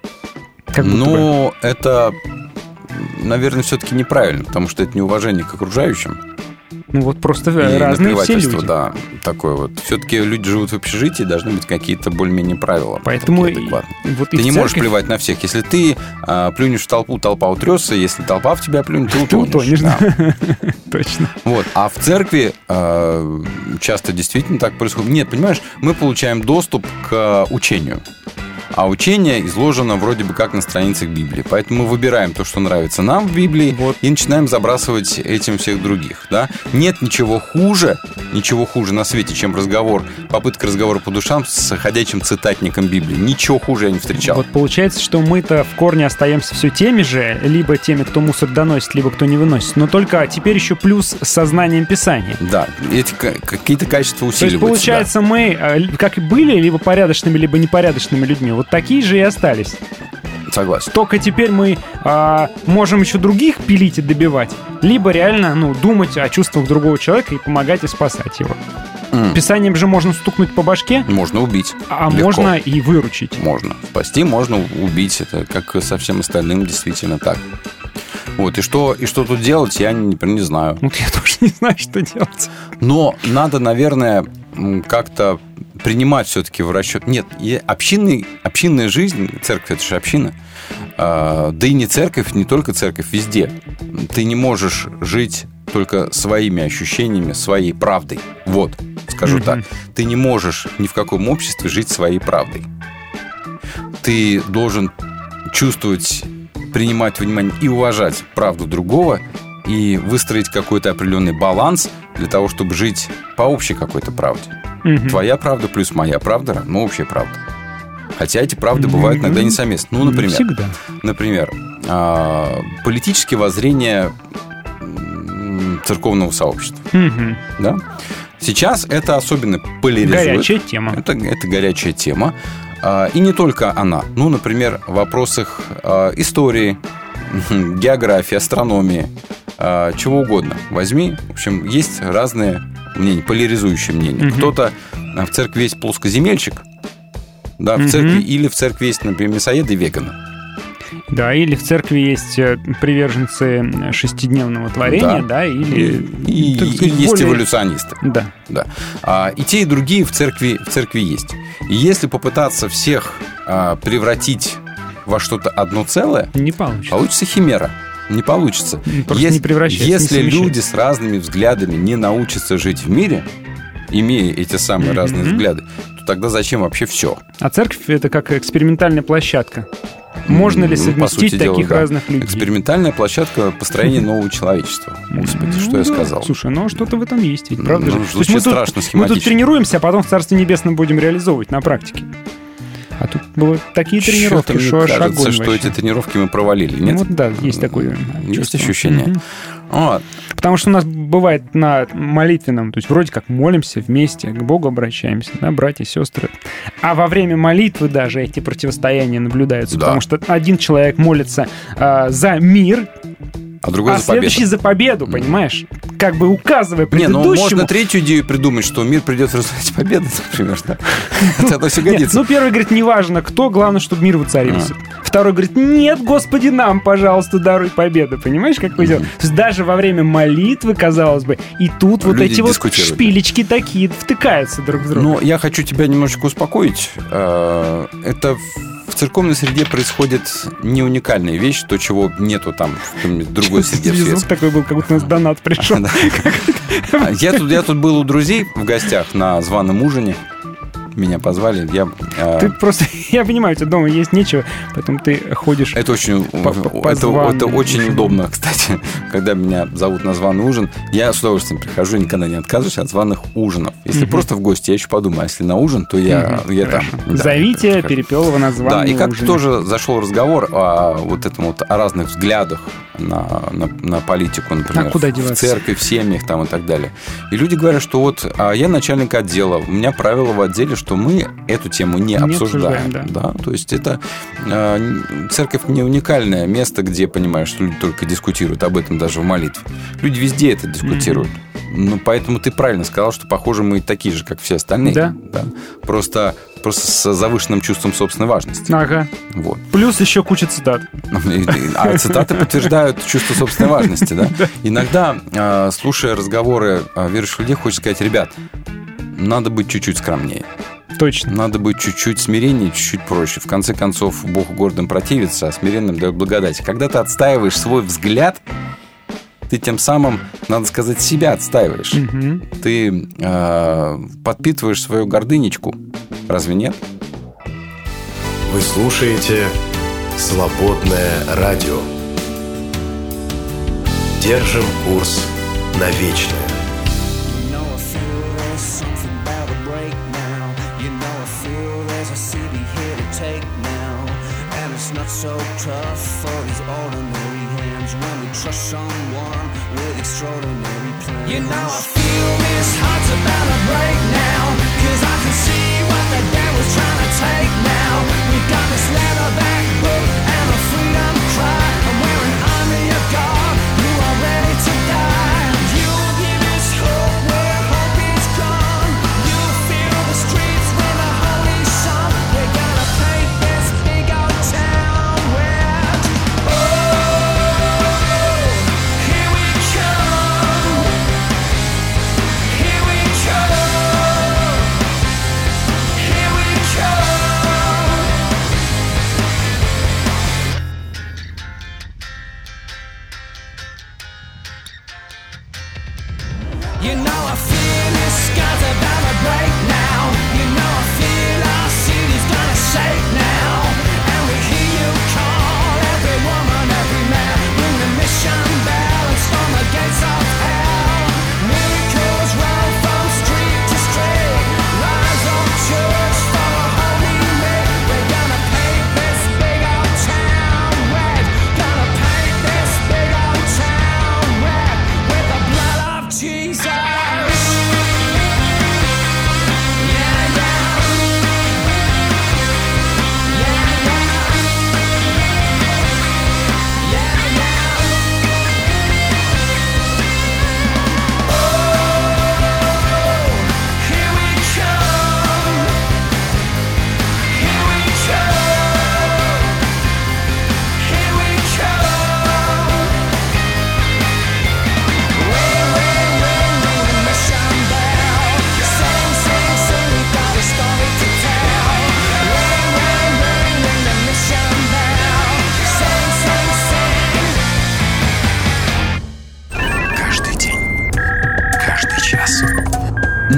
Как будто ну, бы. Это, наверное, все-таки неправильно, потому что это неуважение к окружающим. Ну, вот просто и разные все люди. Да, такое вот. Все-таки люди живут в общежитии, должны быть какие-то более-менее правила. Поэтому и, вот ты не церковь... можешь плевать на всех. Если ты а, плюнешь в толпу, толпа утрется. Если толпа в тебя плюнет, ты утонешь. Ты утонешь, да. Точно. Вот. А в церкви а, часто действительно так происходит. Нет, понимаешь, мы получаем доступ к учению. А учение изложено вроде бы как на страницах Библии. Поэтому мы выбираем то, что нравится нам в Библии, вот. И начинаем забрасывать этим всех других. Да? Нет ничего хуже, ничего хуже на свете, чем разговор, попытка разговора по душам с ходячим цитатником Библии. Ничего хуже я не встречал. Вот получается, что мы-то в корне остаемся все теми же, либо теми, кто мусор доносит, либо кто не выносит. Но только теперь еще плюс с сознанием Писания. Да, эти какие-то качества усиливаются. То есть, получается, да. мы как и были, либо порядочными, либо непорядочными людьми. Вот такие же и остались. Согласен. Только теперь мы а, можем еще других пилить и добивать, либо реально ну, думать о чувствах другого человека и помогать и спасать его. Mm. Писанием же можно стукнуть по башке. Можно убить. А Легко. Можно и выручить. Можно. Спасти, можно убить. Это как со всем остальным действительно так. Вот, и что, и что тут делать, я не, не знаю. Вот я тоже не знаю, что делать. Но надо, наверное, как-то принимать все-таки в расчет. Нет, общинный, общинная жизнь, церковь — это же община. Да и не церковь, не только церковь, везде. Ты не можешь жить только своими ощущениями, своей правдой. Вот, скажу mm-hmm. так. Ты не можешь ни в каком обществе жить своей правдой. Ты должен чувствовать, принимать во внимание и уважать правду другого, и выстроить какой-то определенный баланс для того, чтобы жить по общей какой-то правде. Mm-hmm. Твоя правда плюс моя правда равно общая правда. Хотя эти правды mm-hmm. бывают иногда несовместны. Ну, например, не всегда. Например, политические воззрения церковного сообщества. Mm-hmm. Да? Сейчас это особенно поляризует. Горячая тема. Это, это горячая тема. И не только она. Ну, например, в вопросах истории, географии, астрономии, чего угодно. Возьми. В общем, есть разные мнения, поляризующие мнения. Угу. Кто-то в церкви есть плоскоземельщик, да, в церкви, угу. или в церкви есть, например, мясоеды и веганы. Да, или в церкви есть приверженцы шестидневного творения, да, да или... И, и, сказать, и есть более... эволюционисты. Да. Да. А, и те, и другие в церкви, в церкви есть. И если попытаться всех а, превратить во что-то одно целое... Не получится. Получится химера. Не получится. Просто если, не превращается. Если люди с разными взглядами не научатся жить в мире, имея эти самые mm-hmm. разные взгляды, то тогда зачем вообще все? А церковь — это как экспериментальная площадка. Можно ли совместить ну, таких дела, разных да. людей? Экспериментальная площадка построения нового человечества. Господи, что я сказал? Слушай, ну что-то в этом есть, ведь, правда ну, же? Звучит мы страшно тут, схематично. Мы тут тренируемся, а потом в Царстве Небесном будем реализовывать на практике. А тут было такие тренировки, что аж огонь кажется, что вообще. эти тренировки мы провалили, нет? Ну, вот да, есть такое Есть чувство. ощущение. Mm-hmm. Вот. Потому что у нас бывает на молитвенном, то есть вроде как молимся вместе, к Богу обращаемся, да, братья, сестры. А во время молитвы даже эти противостояния наблюдаются, да. Потому что один человек молится э, за мир, а другой а за победу. следующий за победу, понимаешь? Как бы указывая предыдущему... Не, ну можно третью идею придумать, что мир придет в результате победы, например. Это все годится. Ну, первый говорит, неважно кто, главное, чтобы мир воцарился. Второй говорит, нет, Господи, нам, пожалуйста, даруй победу. Понимаешь, как вы делаете? То есть даже во время молитвы, казалось бы, и тут вот эти вот шпилечки такие втыкаются друг в друга. Ну, я хочу тебя немножечко успокоить. Это... В церковной среде происходит не уникальная вещь, то, чего нету там в другой среде. Звук такой был, как будто у нас донат пришел. Я тут, я тут был у друзей в гостях на званом ужине. Меня позвали, я... Ты просто... Я понимаю, у тебя дома есть нечего, поэтому ты ходишь... Это очень, по, по, это, это очень удобно, кстати, когда меня зовут на званый ужин. Я с удовольствием прихожу, никогда не отказываюсь от званых ужинов. Если угу. просто в гости, я еще подумаю, а если на ужин, то я, угу, я там... Да, зовите Перепелова на званый ужин. Да, и как-то тоже зашел разговор о вот этом вот, о разных взглядах на, на, на политику, например, а куда в деваться? церкви, в семьях там и так далее. И люди говорят, что вот а я начальник отдела, у меня правила в отделе, что мы эту тему не, не обсуждаем. обсуждаем да. Да? То есть это э, церковь не уникальное место, где, понимаешь, что люди только дискутируют об этом даже в молитве. Люди везде это дискутируют. Mm-hmm. Ну, поэтому ты правильно сказал, что, похоже, мы такие же, как все остальные. Да. Да? Просто, просто с завышенным чувством собственной важности. Ага. Вот. Плюс еще куча цитат. А цитаты подтверждают чувство собственной важности. Да? Иногда, э, слушая разговоры верующих людей, хочется сказать, ребят, надо быть чуть-чуть скромнее. Точно. Надо быть чуть-чуть смиреннее, чуть-чуть проще. В конце концов, Бог гордым противится, а смиренным дает благодать. Когда ты отстаиваешь свой взгляд, ты тем самым, надо сказать, себя отстаиваешь. Угу. Ты э, подпитываешь свою гордынечку. Разве нет? Вы слушаете «Свободное радио». Держим курс на вечное. So tough for these ordinary hands when we trust someone with extraordinary plans. You know I feel this heart's about to break now, cause I can see what the devil's trying to take now. We've got this leatherback book and a freedom cry, and we're an army of God who are ready to die. You'll give us hope where hope is gone. You'll feel the streets with a holy song. We're gonna paint this big old town.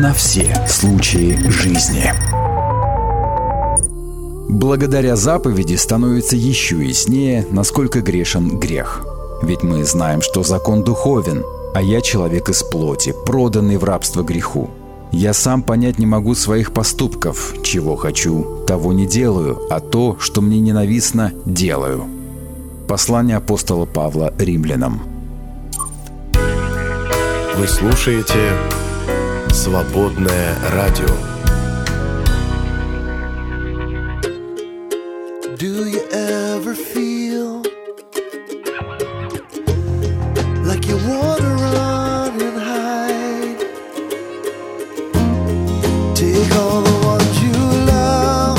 на все случаи жизни. Благодаря заповеди становится еще яснее, насколько грешен грех. Ведь мы знаем, что закон духовен, а я человек из плоти, проданный в рабство греху. Я сам понять не могу своих поступков. Чего хочу, того не делаю, а то, что мне ненавистно, делаю. Послание апостола Павла римлянам. Вы слушаете «Свободное радио». Do you ever feel like you wanna run and hide? Take all the ones you love,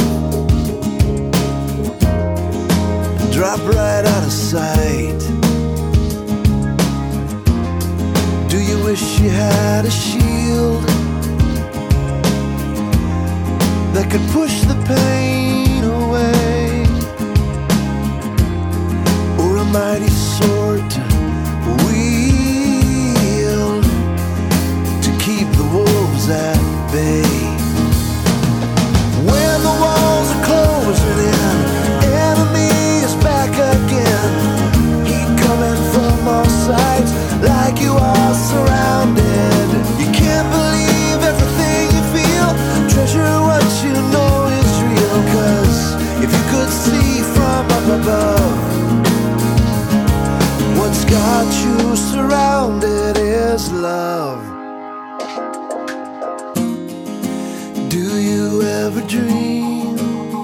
drop right out of sight. Do you wish you had a shield that could push the pain away? Mighty sword to wield to keep the wolves at bay. When the walls are closing in, enemy is back again. He coming from all sides like you are surrounded. You can't believe everything you feel. Treasure what you know is real, 'cause if you could see from up above, what's got you surrounded is love. Do you ever dream?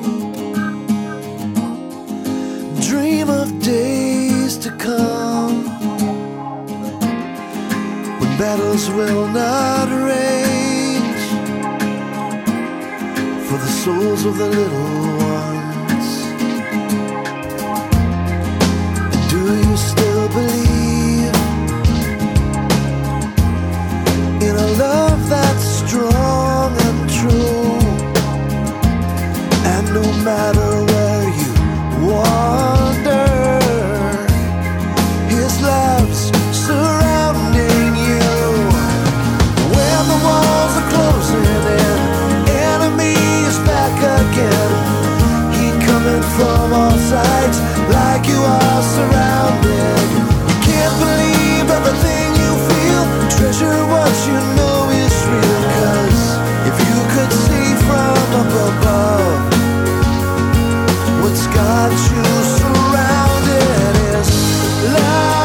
Dream of days to come when battles will not rage for the souls of the little ones. Do you still believe in a love that's strong and true? And no matter where you wander, His love's surrounding you. When the walls are closing in, enemy is back again. He coming from all sides like you are surrounded. You can't believe everything you feel. Treasure what you know is real, 'cause if you could see from up above, what's got you surrounded is love.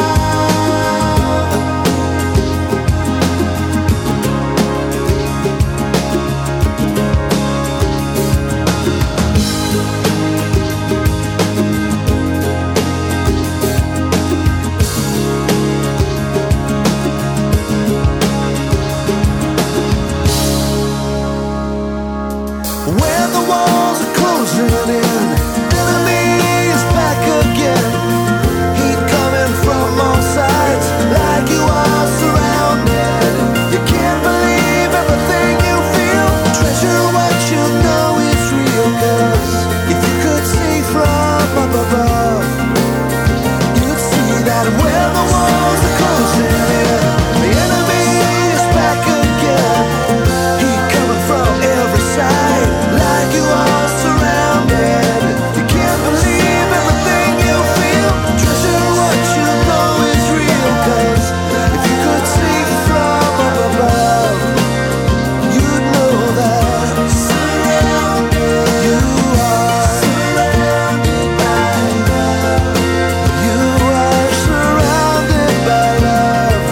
When the walls are closing in, enemy is back again. He coming from all sides like you are surrounded. You can't believe everything you feel. Treasure what you know is real, 'cause if you could see from up above, you'd see that when the walls are closing in, the enemy is back again. He coming from every side like you are surrounded. You can't believe everything you feel. Treasure what you know is real, 'cause if you could see from up above, you'd know that surrounded you are. Surrounded by love. You are surrounded by love.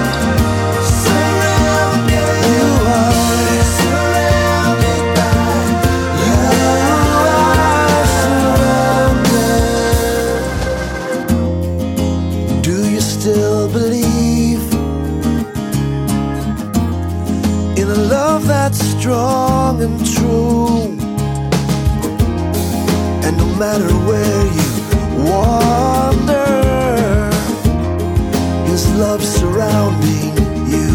Surrounded you are. Surrounded by you are surrounded. Do you still believe in a love that's strong and true? And no matter where you wander, His love surrounding you.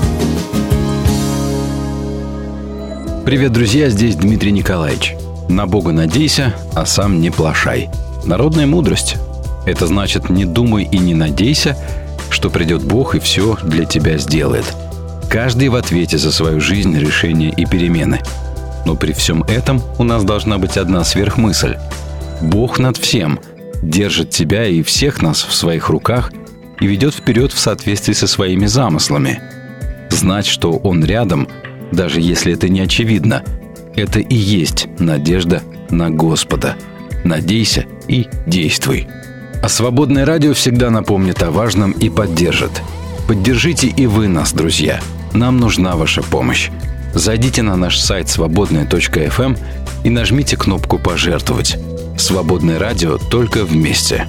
Привет, друзья, здесь Дмитрий Николаевич. На Бога надейся, а сам не плашай. Народная мудрость. Это значит, не думай и не надейся, что придет Бог и все для тебя сделает. Каждый в ответе за свою жизнь, решения и перемены. Но при всем этом у нас должна быть одна сверхмысль. Бог над всем, держит тебя и всех нас в своих руках и ведет вперед в соответствии со своими замыслами. Знать, что Он рядом, даже если это не очевидно, это и есть надежда на Господа. Надейся и действуй. А Свободное радио всегда напомнит о важном и поддержит. Поддержите и вы нас, друзья. Нам нужна ваша помощь. Зайдите на наш сайт свободное точка эф эм и нажмите кнопку «Пожертвовать». Свободное радио только вместе.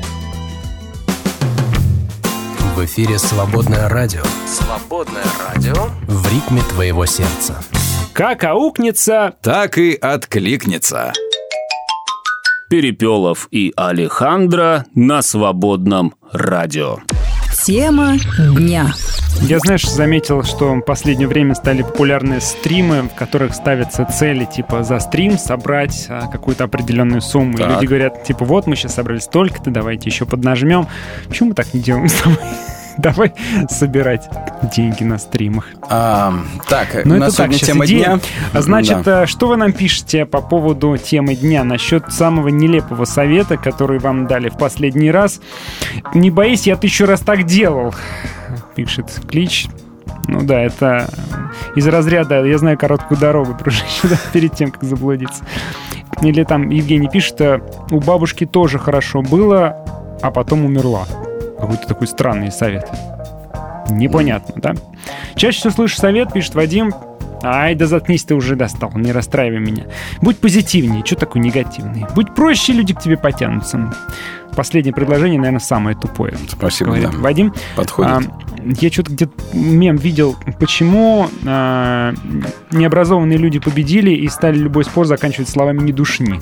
В эфире «Свободное радио». Свободное радио. В ритме твоего сердца. Как аукнется, так и откликнется. Перепелов и Алехандро на Свободном радио. Тема дня. Я, знаешь, заметил, что в последнее время стали популярны стримы, в которых ставятся цели, типа, за стрим собрать а, какую-то определенную сумму. Так. И люди говорят, типа, вот мы сейчас собрали столько-то, давайте еще поднажмем. Почему мы так не делаем с тобой? Давай собирать деньги на стримах. А, так, Но у нас это так, сегодня сейчас тема идея. дня. А значит, Да. что вы нам пишете по поводу темы дня? Насчет самого нелепого совета, который вам дали в последний раз. Не боись, я тысячу раз так делал, пишет Клич. Ну да, это из разряда «я знаю короткую дорогу, дружище», да, перед тем, как заблудиться. Или там Евгений пишет, у бабушки тоже хорошо было, а потом умерла. Какой-то такой странный совет. Непонятно, да? Чаще всего слышу совет, пишет Вадим. Ай, да заткнись, ты уже достал, не расстраивай меня. Будь позитивнее, что такой негативный? Будь проще, люди к тебе потянутся. Последнее предложение, наверное, самое тупое. Спасибо, Говорит да. Вадим. Подходит. А, я что-то где-то мем видел, почему а, необразованные люди победили и стали любой спор заканчивать словами «не душни».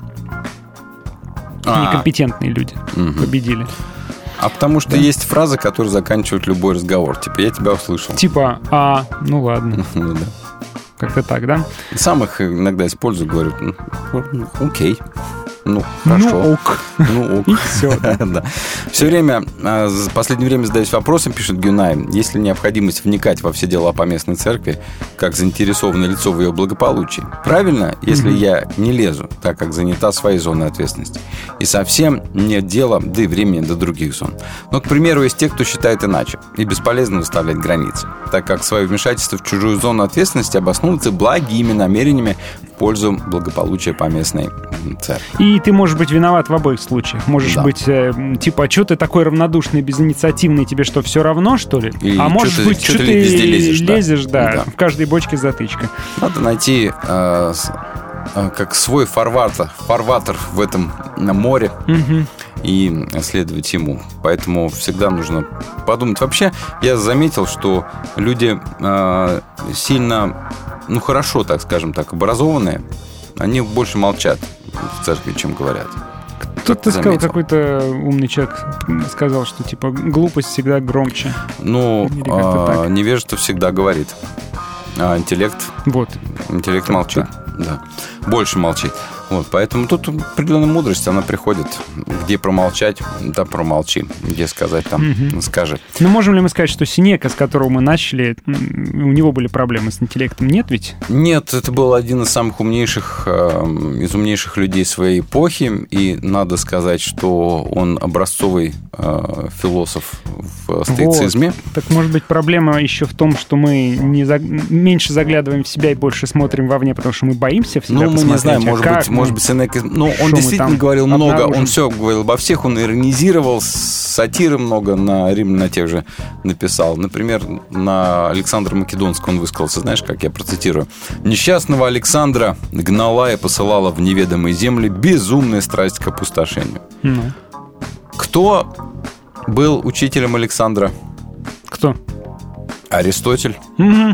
А. Некомпетентные люди Мгм. победили. А потому что Да. есть фразы, которые заканчивают любой разговор. Типа, я тебя услышал. Типа, а, ну ладно. Ну, да. Как-то так, да? Сам их иногда использую, говорю, ну, окей. Ну, хорошо. Ну ок. Ну, ок. И всё, да. Да. Все время, а, в последнее время задаюсь вопросом, пишет Гюнай, есть ли необходимость вникать во все дела поместной церкви, как заинтересованное лицо в ее благополучии? Правильно, если я не лезу, так как занята своей зоной ответственности. И совсем нет дела, да и времени до других зон. Но, к примеру, есть те, кто считает иначе. И бесполезно выставлять границы, так как свое вмешательство в чужую зону ответственности обосновывается благими намерениями в пользу благополучия поместной церкви. И ты можешь быть виноват в обоих случаях. Можешь Да. быть, э, типа, а что ты такой равнодушный, безинициативный, тебе что, все равно, что ли? И а чё можешь ты- быть, чё что ты ты везде лезешь, да. лезешь, да, Да. в каждой бочке затычка. Надо найти э, с- э, как свой фарватер, фарватер в этом на море Мгм. и следовать ему. Поэтому всегда нужно подумать. Вообще, я заметил, что люди э, сильно, ну хорошо, так скажем так, образованные, они больше молчат в церкви, чем говорят. Кто-то сказал, заметил. какой-то умный человек сказал, что, типа, глупость всегда громче. Ну, Или как-то э, так. невежество всегда говорит, а интеллект, Вот. интеллект молчит. Да. Больше молчит. Вот, поэтому тут определенная мудрость, она приходит. Где промолчать, да промолчи. Где сказать, там Мгм. скажи. Ну, можем ли мы сказать, что Синека, с которого мы начали, м, у него были проблемы с интеллектом? Нет ведь? Нет, это был один из самых умнейших, э, из умнейших людей своей эпохи. И надо сказать, что он образцовый э, философ в стоицизме. Вот. Так, может быть, проблема еще в том, что мы не за- меньше заглядываем в себя и больше смотрим вовне, потому что мы боимся в себя Ну, мы не посмотреть. знаем, А может как быть, мы- может быть, Сенека... Ну, Шо он мы действительно там говорил много, обнаружим? он все говорил обо всех, он иронизировал, сатиры много на Рим, на тех же написал. Например, на Александра Македонского он высказался, знаешь, как я процитирую. «Несчастного Александра гнала и посылала в неведомые земли безумная страсть к опустошению». Ну, Кто был учителем Александра? кто? Аристотель. Мгм.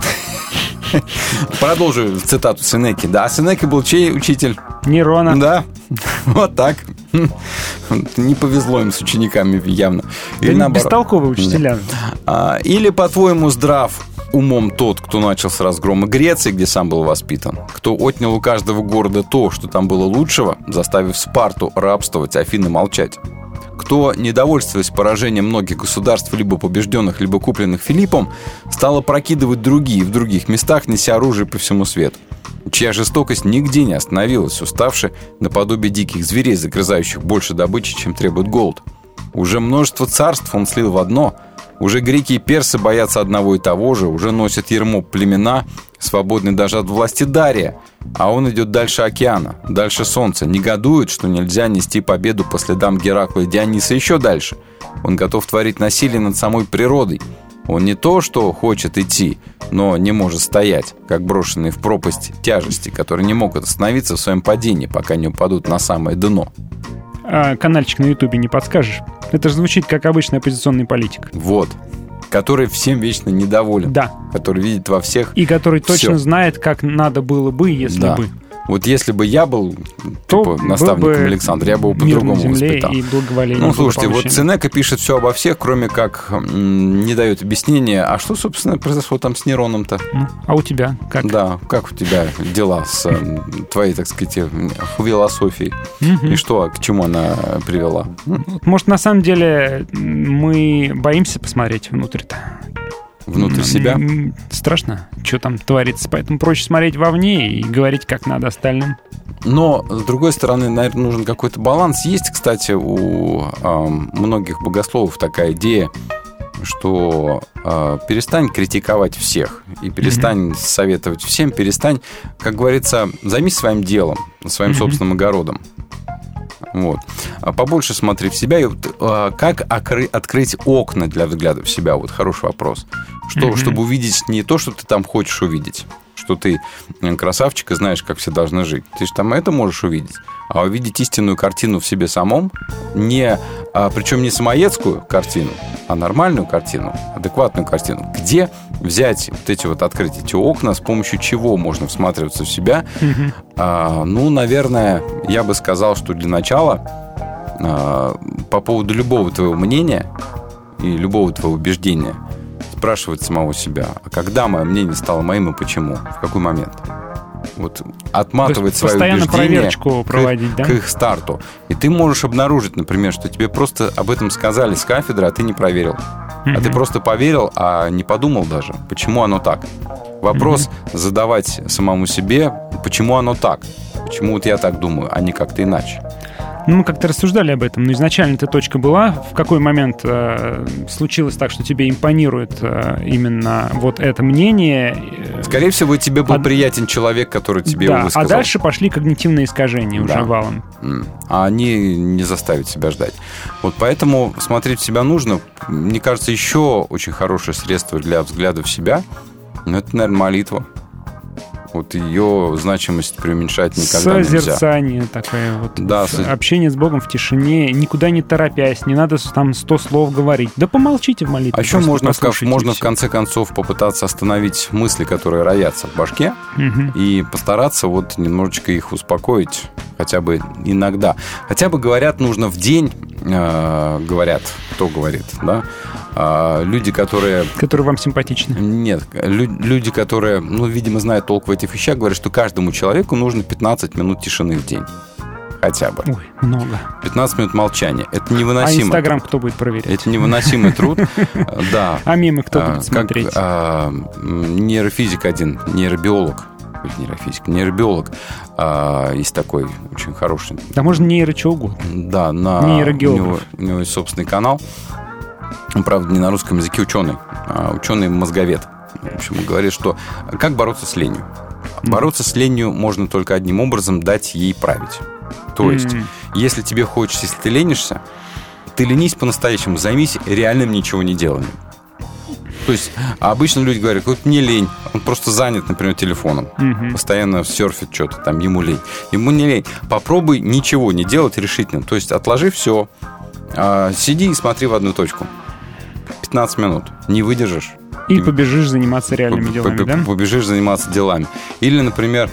Продолжу цитату Сенеки. Да, Сенека был чей учитель? Нерона. Да, вот так. Не повезло им с учениками явно. Да Или не наоборот. бестолковые учителя. А, Или, по-твоему, здрав умом тот, кто начал с разгрома Греции, где сам был воспитан, кто отнял у каждого города то, что там было лучшего, заставив Спарту рабствовать, Афины молчать. кто, недовольствуясь поражением многих государств, либо побежденных, либо купленных Филиппом, стал опрокидывать другие в других местах, неся оружие по всему свету, чья жестокость нигде не остановилась, уставши наподобие диких зверей, загрызающих больше добычи, чем требует голод. Уже множество царств он слил в одно. Уже греки и персы боятся одного и того же, уже носят ярмо племена, свободные даже от власти Дария. А он идет дальше океана, дальше солнца, негодует, что нельзя нести победу по следам Геракла и Диониса еще дальше. Он готов творить насилие над самой природой. Он не то, что хочет идти, но не может стоять, как брошенные в пропасть тяжести, которые не могут остановиться в своем падении, пока не упадут на самое дно. А канальчик на Ютубе не подскажешь? Это же звучит как обычный оппозиционный политик. Вот. Который всем вечно недоволен. Да. Который видит во всех И который всё. точно знает, как надо было бы, если да. бы. Вот если бы я был То типа, наставником бы Александра, я бы его мир по-другому на земле воспитал. И благоволение, ну, слушайте, вот благополучие. Сенека пишет все обо всех, кроме как м, не дает объяснения. А что, собственно, произошло там с Нероном-то? Ну, а у тебя как? Да, как у тебя дела с э, твоей, так сказать, э, философией? И что, к чему она привела? Может, на самом деле мы боимся посмотреть внутрь-то? Внутрь себя? Страшно, что там творится. Поэтому проще смотреть вовне и говорить, как надо остальным. Но, с другой стороны, наверное, нужен какой-то баланс. Есть, кстати, у э, многих богословов такая идея, что э, перестань критиковать всех и перестань mm-hmm. советовать всем, перестань, как говорится, займись своим делом, своим mm-hmm. собственным огородом. Вот. А побольше смотри в себя. И вот, а, как окры- открыть окна для взгляда в себя? Вот хороший вопрос. Что, mm-hmm. Чтобы увидеть не то, что ты там хочешь увидеть, что ты красавчик и знаешь, как все должны жить. Ты же там это можешь увидеть. А увидеть истинную картину в себе самом, не, а, причем не самоедскую картину, а нормальную картину, адекватную картину. Где взять вот эти вот, открыть эти окна, с помощью чего можно всматриваться в себя? Mm-hmm. А, ну, наверное, я бы сказал, что для начала а, по поводу любого твоего мнения и любого твоего убеждения спрашивать самого себя, а когда мое мнение стало моим и почему? В какой момент? Вот отматывать свои убеждения проверочку проводить, к, да? к их старту. И ты можешь обнаружить, например, что тебе просто об этом сказали с кафедры, а ты не проверил. Mm-hmm. А ты просто поверил, а не подумал даже, почему оно так. Вопрос mm-hmm. задавать самому себе, почему оно так. Почему вот я так думаю, а не как-то иначе. Ну, мы как-то рассуждали об этом, но изначально эта точка была. В какой момент э, случилось так, что тебе импонирует э, именно вот это мнение? Скорее всего, тебе был а... приятен человек, который тебе да, его высказал. А дальше пошли когнитивные искажения да. уже валом. А они не заставят себя ждать. Вот поэтому смотреть в себя нужно. Мне кажется, еще очень хорошее средство для взгляда в себя, ну, это, наверное, молитва. Вот ее значимость преуменьшать никогда нельзя. Созерцание такое вот. Да, общение с Богом в тишине, никуда не торопясь, не надо там сто слов говорить. Да помолчите в молитве. А еще можно, в, можно в конце концов попытаться остановить мысли, которые роятся в башке, угу. и постараться вот немножечко их успокоить, хотя бы иногда. Хотя бы, говорят, нужно в день, э, говорят, кто говорит, да, э, люди, которые... Которые вам симпатичны. Нет, лю- люди, которые, ну, видимо, знают толк в этих вещах, говорят, что каждому человеку нужно пятнадцать минут тишины в день. Хотя бы. Ой, много. пятнадцать минут молчания. Это невыносимо. А Инстаграм кто будет проверять? Это невыносимый труд. Да. А мемы кто будет смотреть? Нейрофизик один, нейробиолог. Нейрофизик, нейробиолог. Есть такой очень хороший. Да можно нейро чего угодно. Да, на нейрогеограф. У него есть собственный канал. Он, правда, не на русском языке, ученый. Ученый-мозговед. В общем, он говорит, что как бороться с ленью? Бороться с ленью можно только одним образом: дать ей править. То есть, mm. если тебе хочется, если ты ленишься, ты ленись по-настоящему, займись реальным ничего не деланием. То есть, обычно люди говорят, вот мне лень, он просто занят, например, телефоном, mm-hmm. постоянно серфит что-то, там, ему лень. Ему не лень. Попробуй ничего не делать решительно. То есть, отложи все, сиди и смотри в одну точку. пятнадцать минут. Не выдержишь. И побежишь заниматься реальными делами, Побежишь да? Побежишь заниматься делами. Или, например,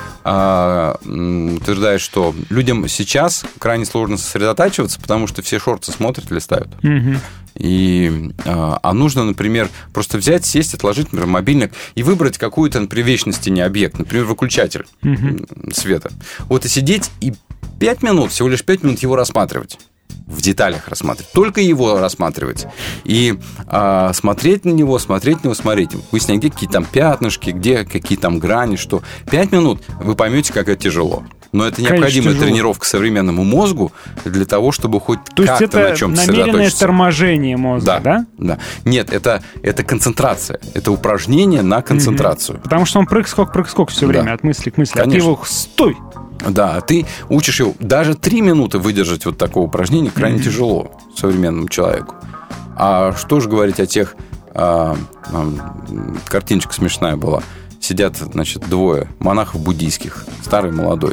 утверждает, что людям сейчас крайне сложно сосредотачиваться, потому что все шорты смотрят, листают. Угу. И, а нужно, например, просто взять, сесть, отложить, например, мобильник и выбрать какую-то, например, вещь на стене, объект, например, выключатель угу. света. Вот и сидеть и пять минут, всего лишь пять минут его рассматривать. в деталях рассматривать, только его рассматривать. И а, смотреть на него, смотреть на него, смотреть. Выяснять, где какие там пятнышки, где какие там грани, что. Пять минут вы поймете, как это тяжело. Но это необходимая Конечно, тренировка современному мозгу для того, чтобы хоть То как-то есть на это чем-то намеренное сосредоточиться. торможение мозга, да? Да, да. Нет, это, это концентрация. Это упражнение на концентрацию. Угу. Потому что он прыг-скок, прыг-скок все время, Да. от мысли к мысли. Конечно. А ты его стой! Да, а ты учишь его даже три минуты выдержать вот такого упражнения крайне mm-hmm. тяжело современному человеку. А что же говорить о тех... А, а, картиночка смешная была. Сидят, значит, двое монахов буддийских, старый и молодой.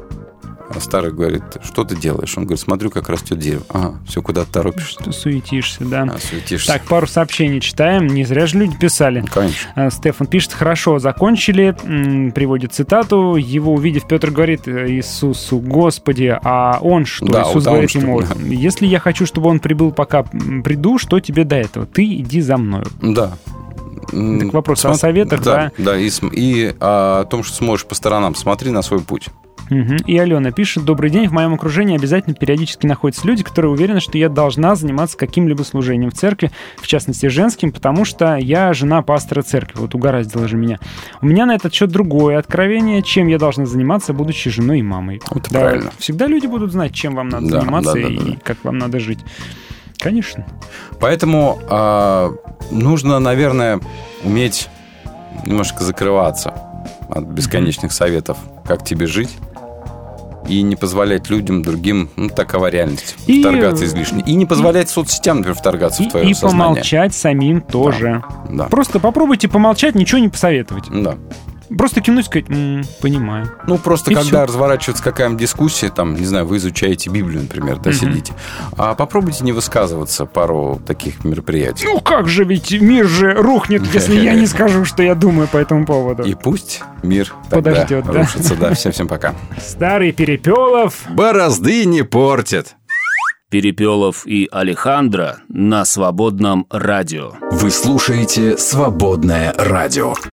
А старый говорит: что ты делаешь? Он говорит: смотрю, как растет дерево. Ага, все, куда ты торопишься. Ты суетишься, да. А, суетишься. Так, пару сообщений читаем. Не зря же люди писали. Конечно. А, Стефан пишет: хорошо, закончили. М, приводит цитату. Его увидев, Петр говорит Иисусу: Господи, а он что? Да, Иисус да, говорит он ему: что? если я хочу, чтобы он прибыл, пока приду, что тебе до этого? Ты иди за мною. Да. Так вопрос Смо... о советах, да? Да, да и, и а, о том, что сможешь по сторонам. Смотри на свой путь. Угу. И Алена пишет: добрый день, в моем окружении обязательно периодически находятся люди, которые уверены, что я должна заниматься каким-либо служением в церкви, в частности женским, потому что я жена пастора церкви. Вот угораздило же меня. У меня на этот счет другое откровение, чем я должна заниматься, будучи женой и мамой. Это да, правильно. Всегда люди будут знать, чем вам надо да, заниматься да, да, и да. как вам надо жить. Конечно. Поэтому э, нужно, наверное, уметь немножко закрываться от бесконечных mm-hmm. советов, как тебе жить, и не позволять людям, другим, ну, такова реальность, и... вторгаться излишне. И не позволять и... соцсетям, например, вторгаться и, в твое и сознание. И помолчать самим тоже. Да. Да. Просто попробуйте помолчать, ничего не посоветовать. Да. Просто кивнуть и сказать: м-м, понимаю. Ну, просто и когда все. Разворачивается какая-нибудь дискуссия, там, не знаю, вы изучаете Библию, например, да, mm-hmm. сидите, а попробуйте не высказываться пару таких мероприятий. Ну, как же, ведь мир же рухнет, если я не скажу, что я думаю по этому поводу. И пусть мир подождет, тогда рушится, да. Всем-всем пока. Старый Перепелов борозды не портит. Перепелов и Алехандро на Свободном радио. Вы слушаете «Свободное радио».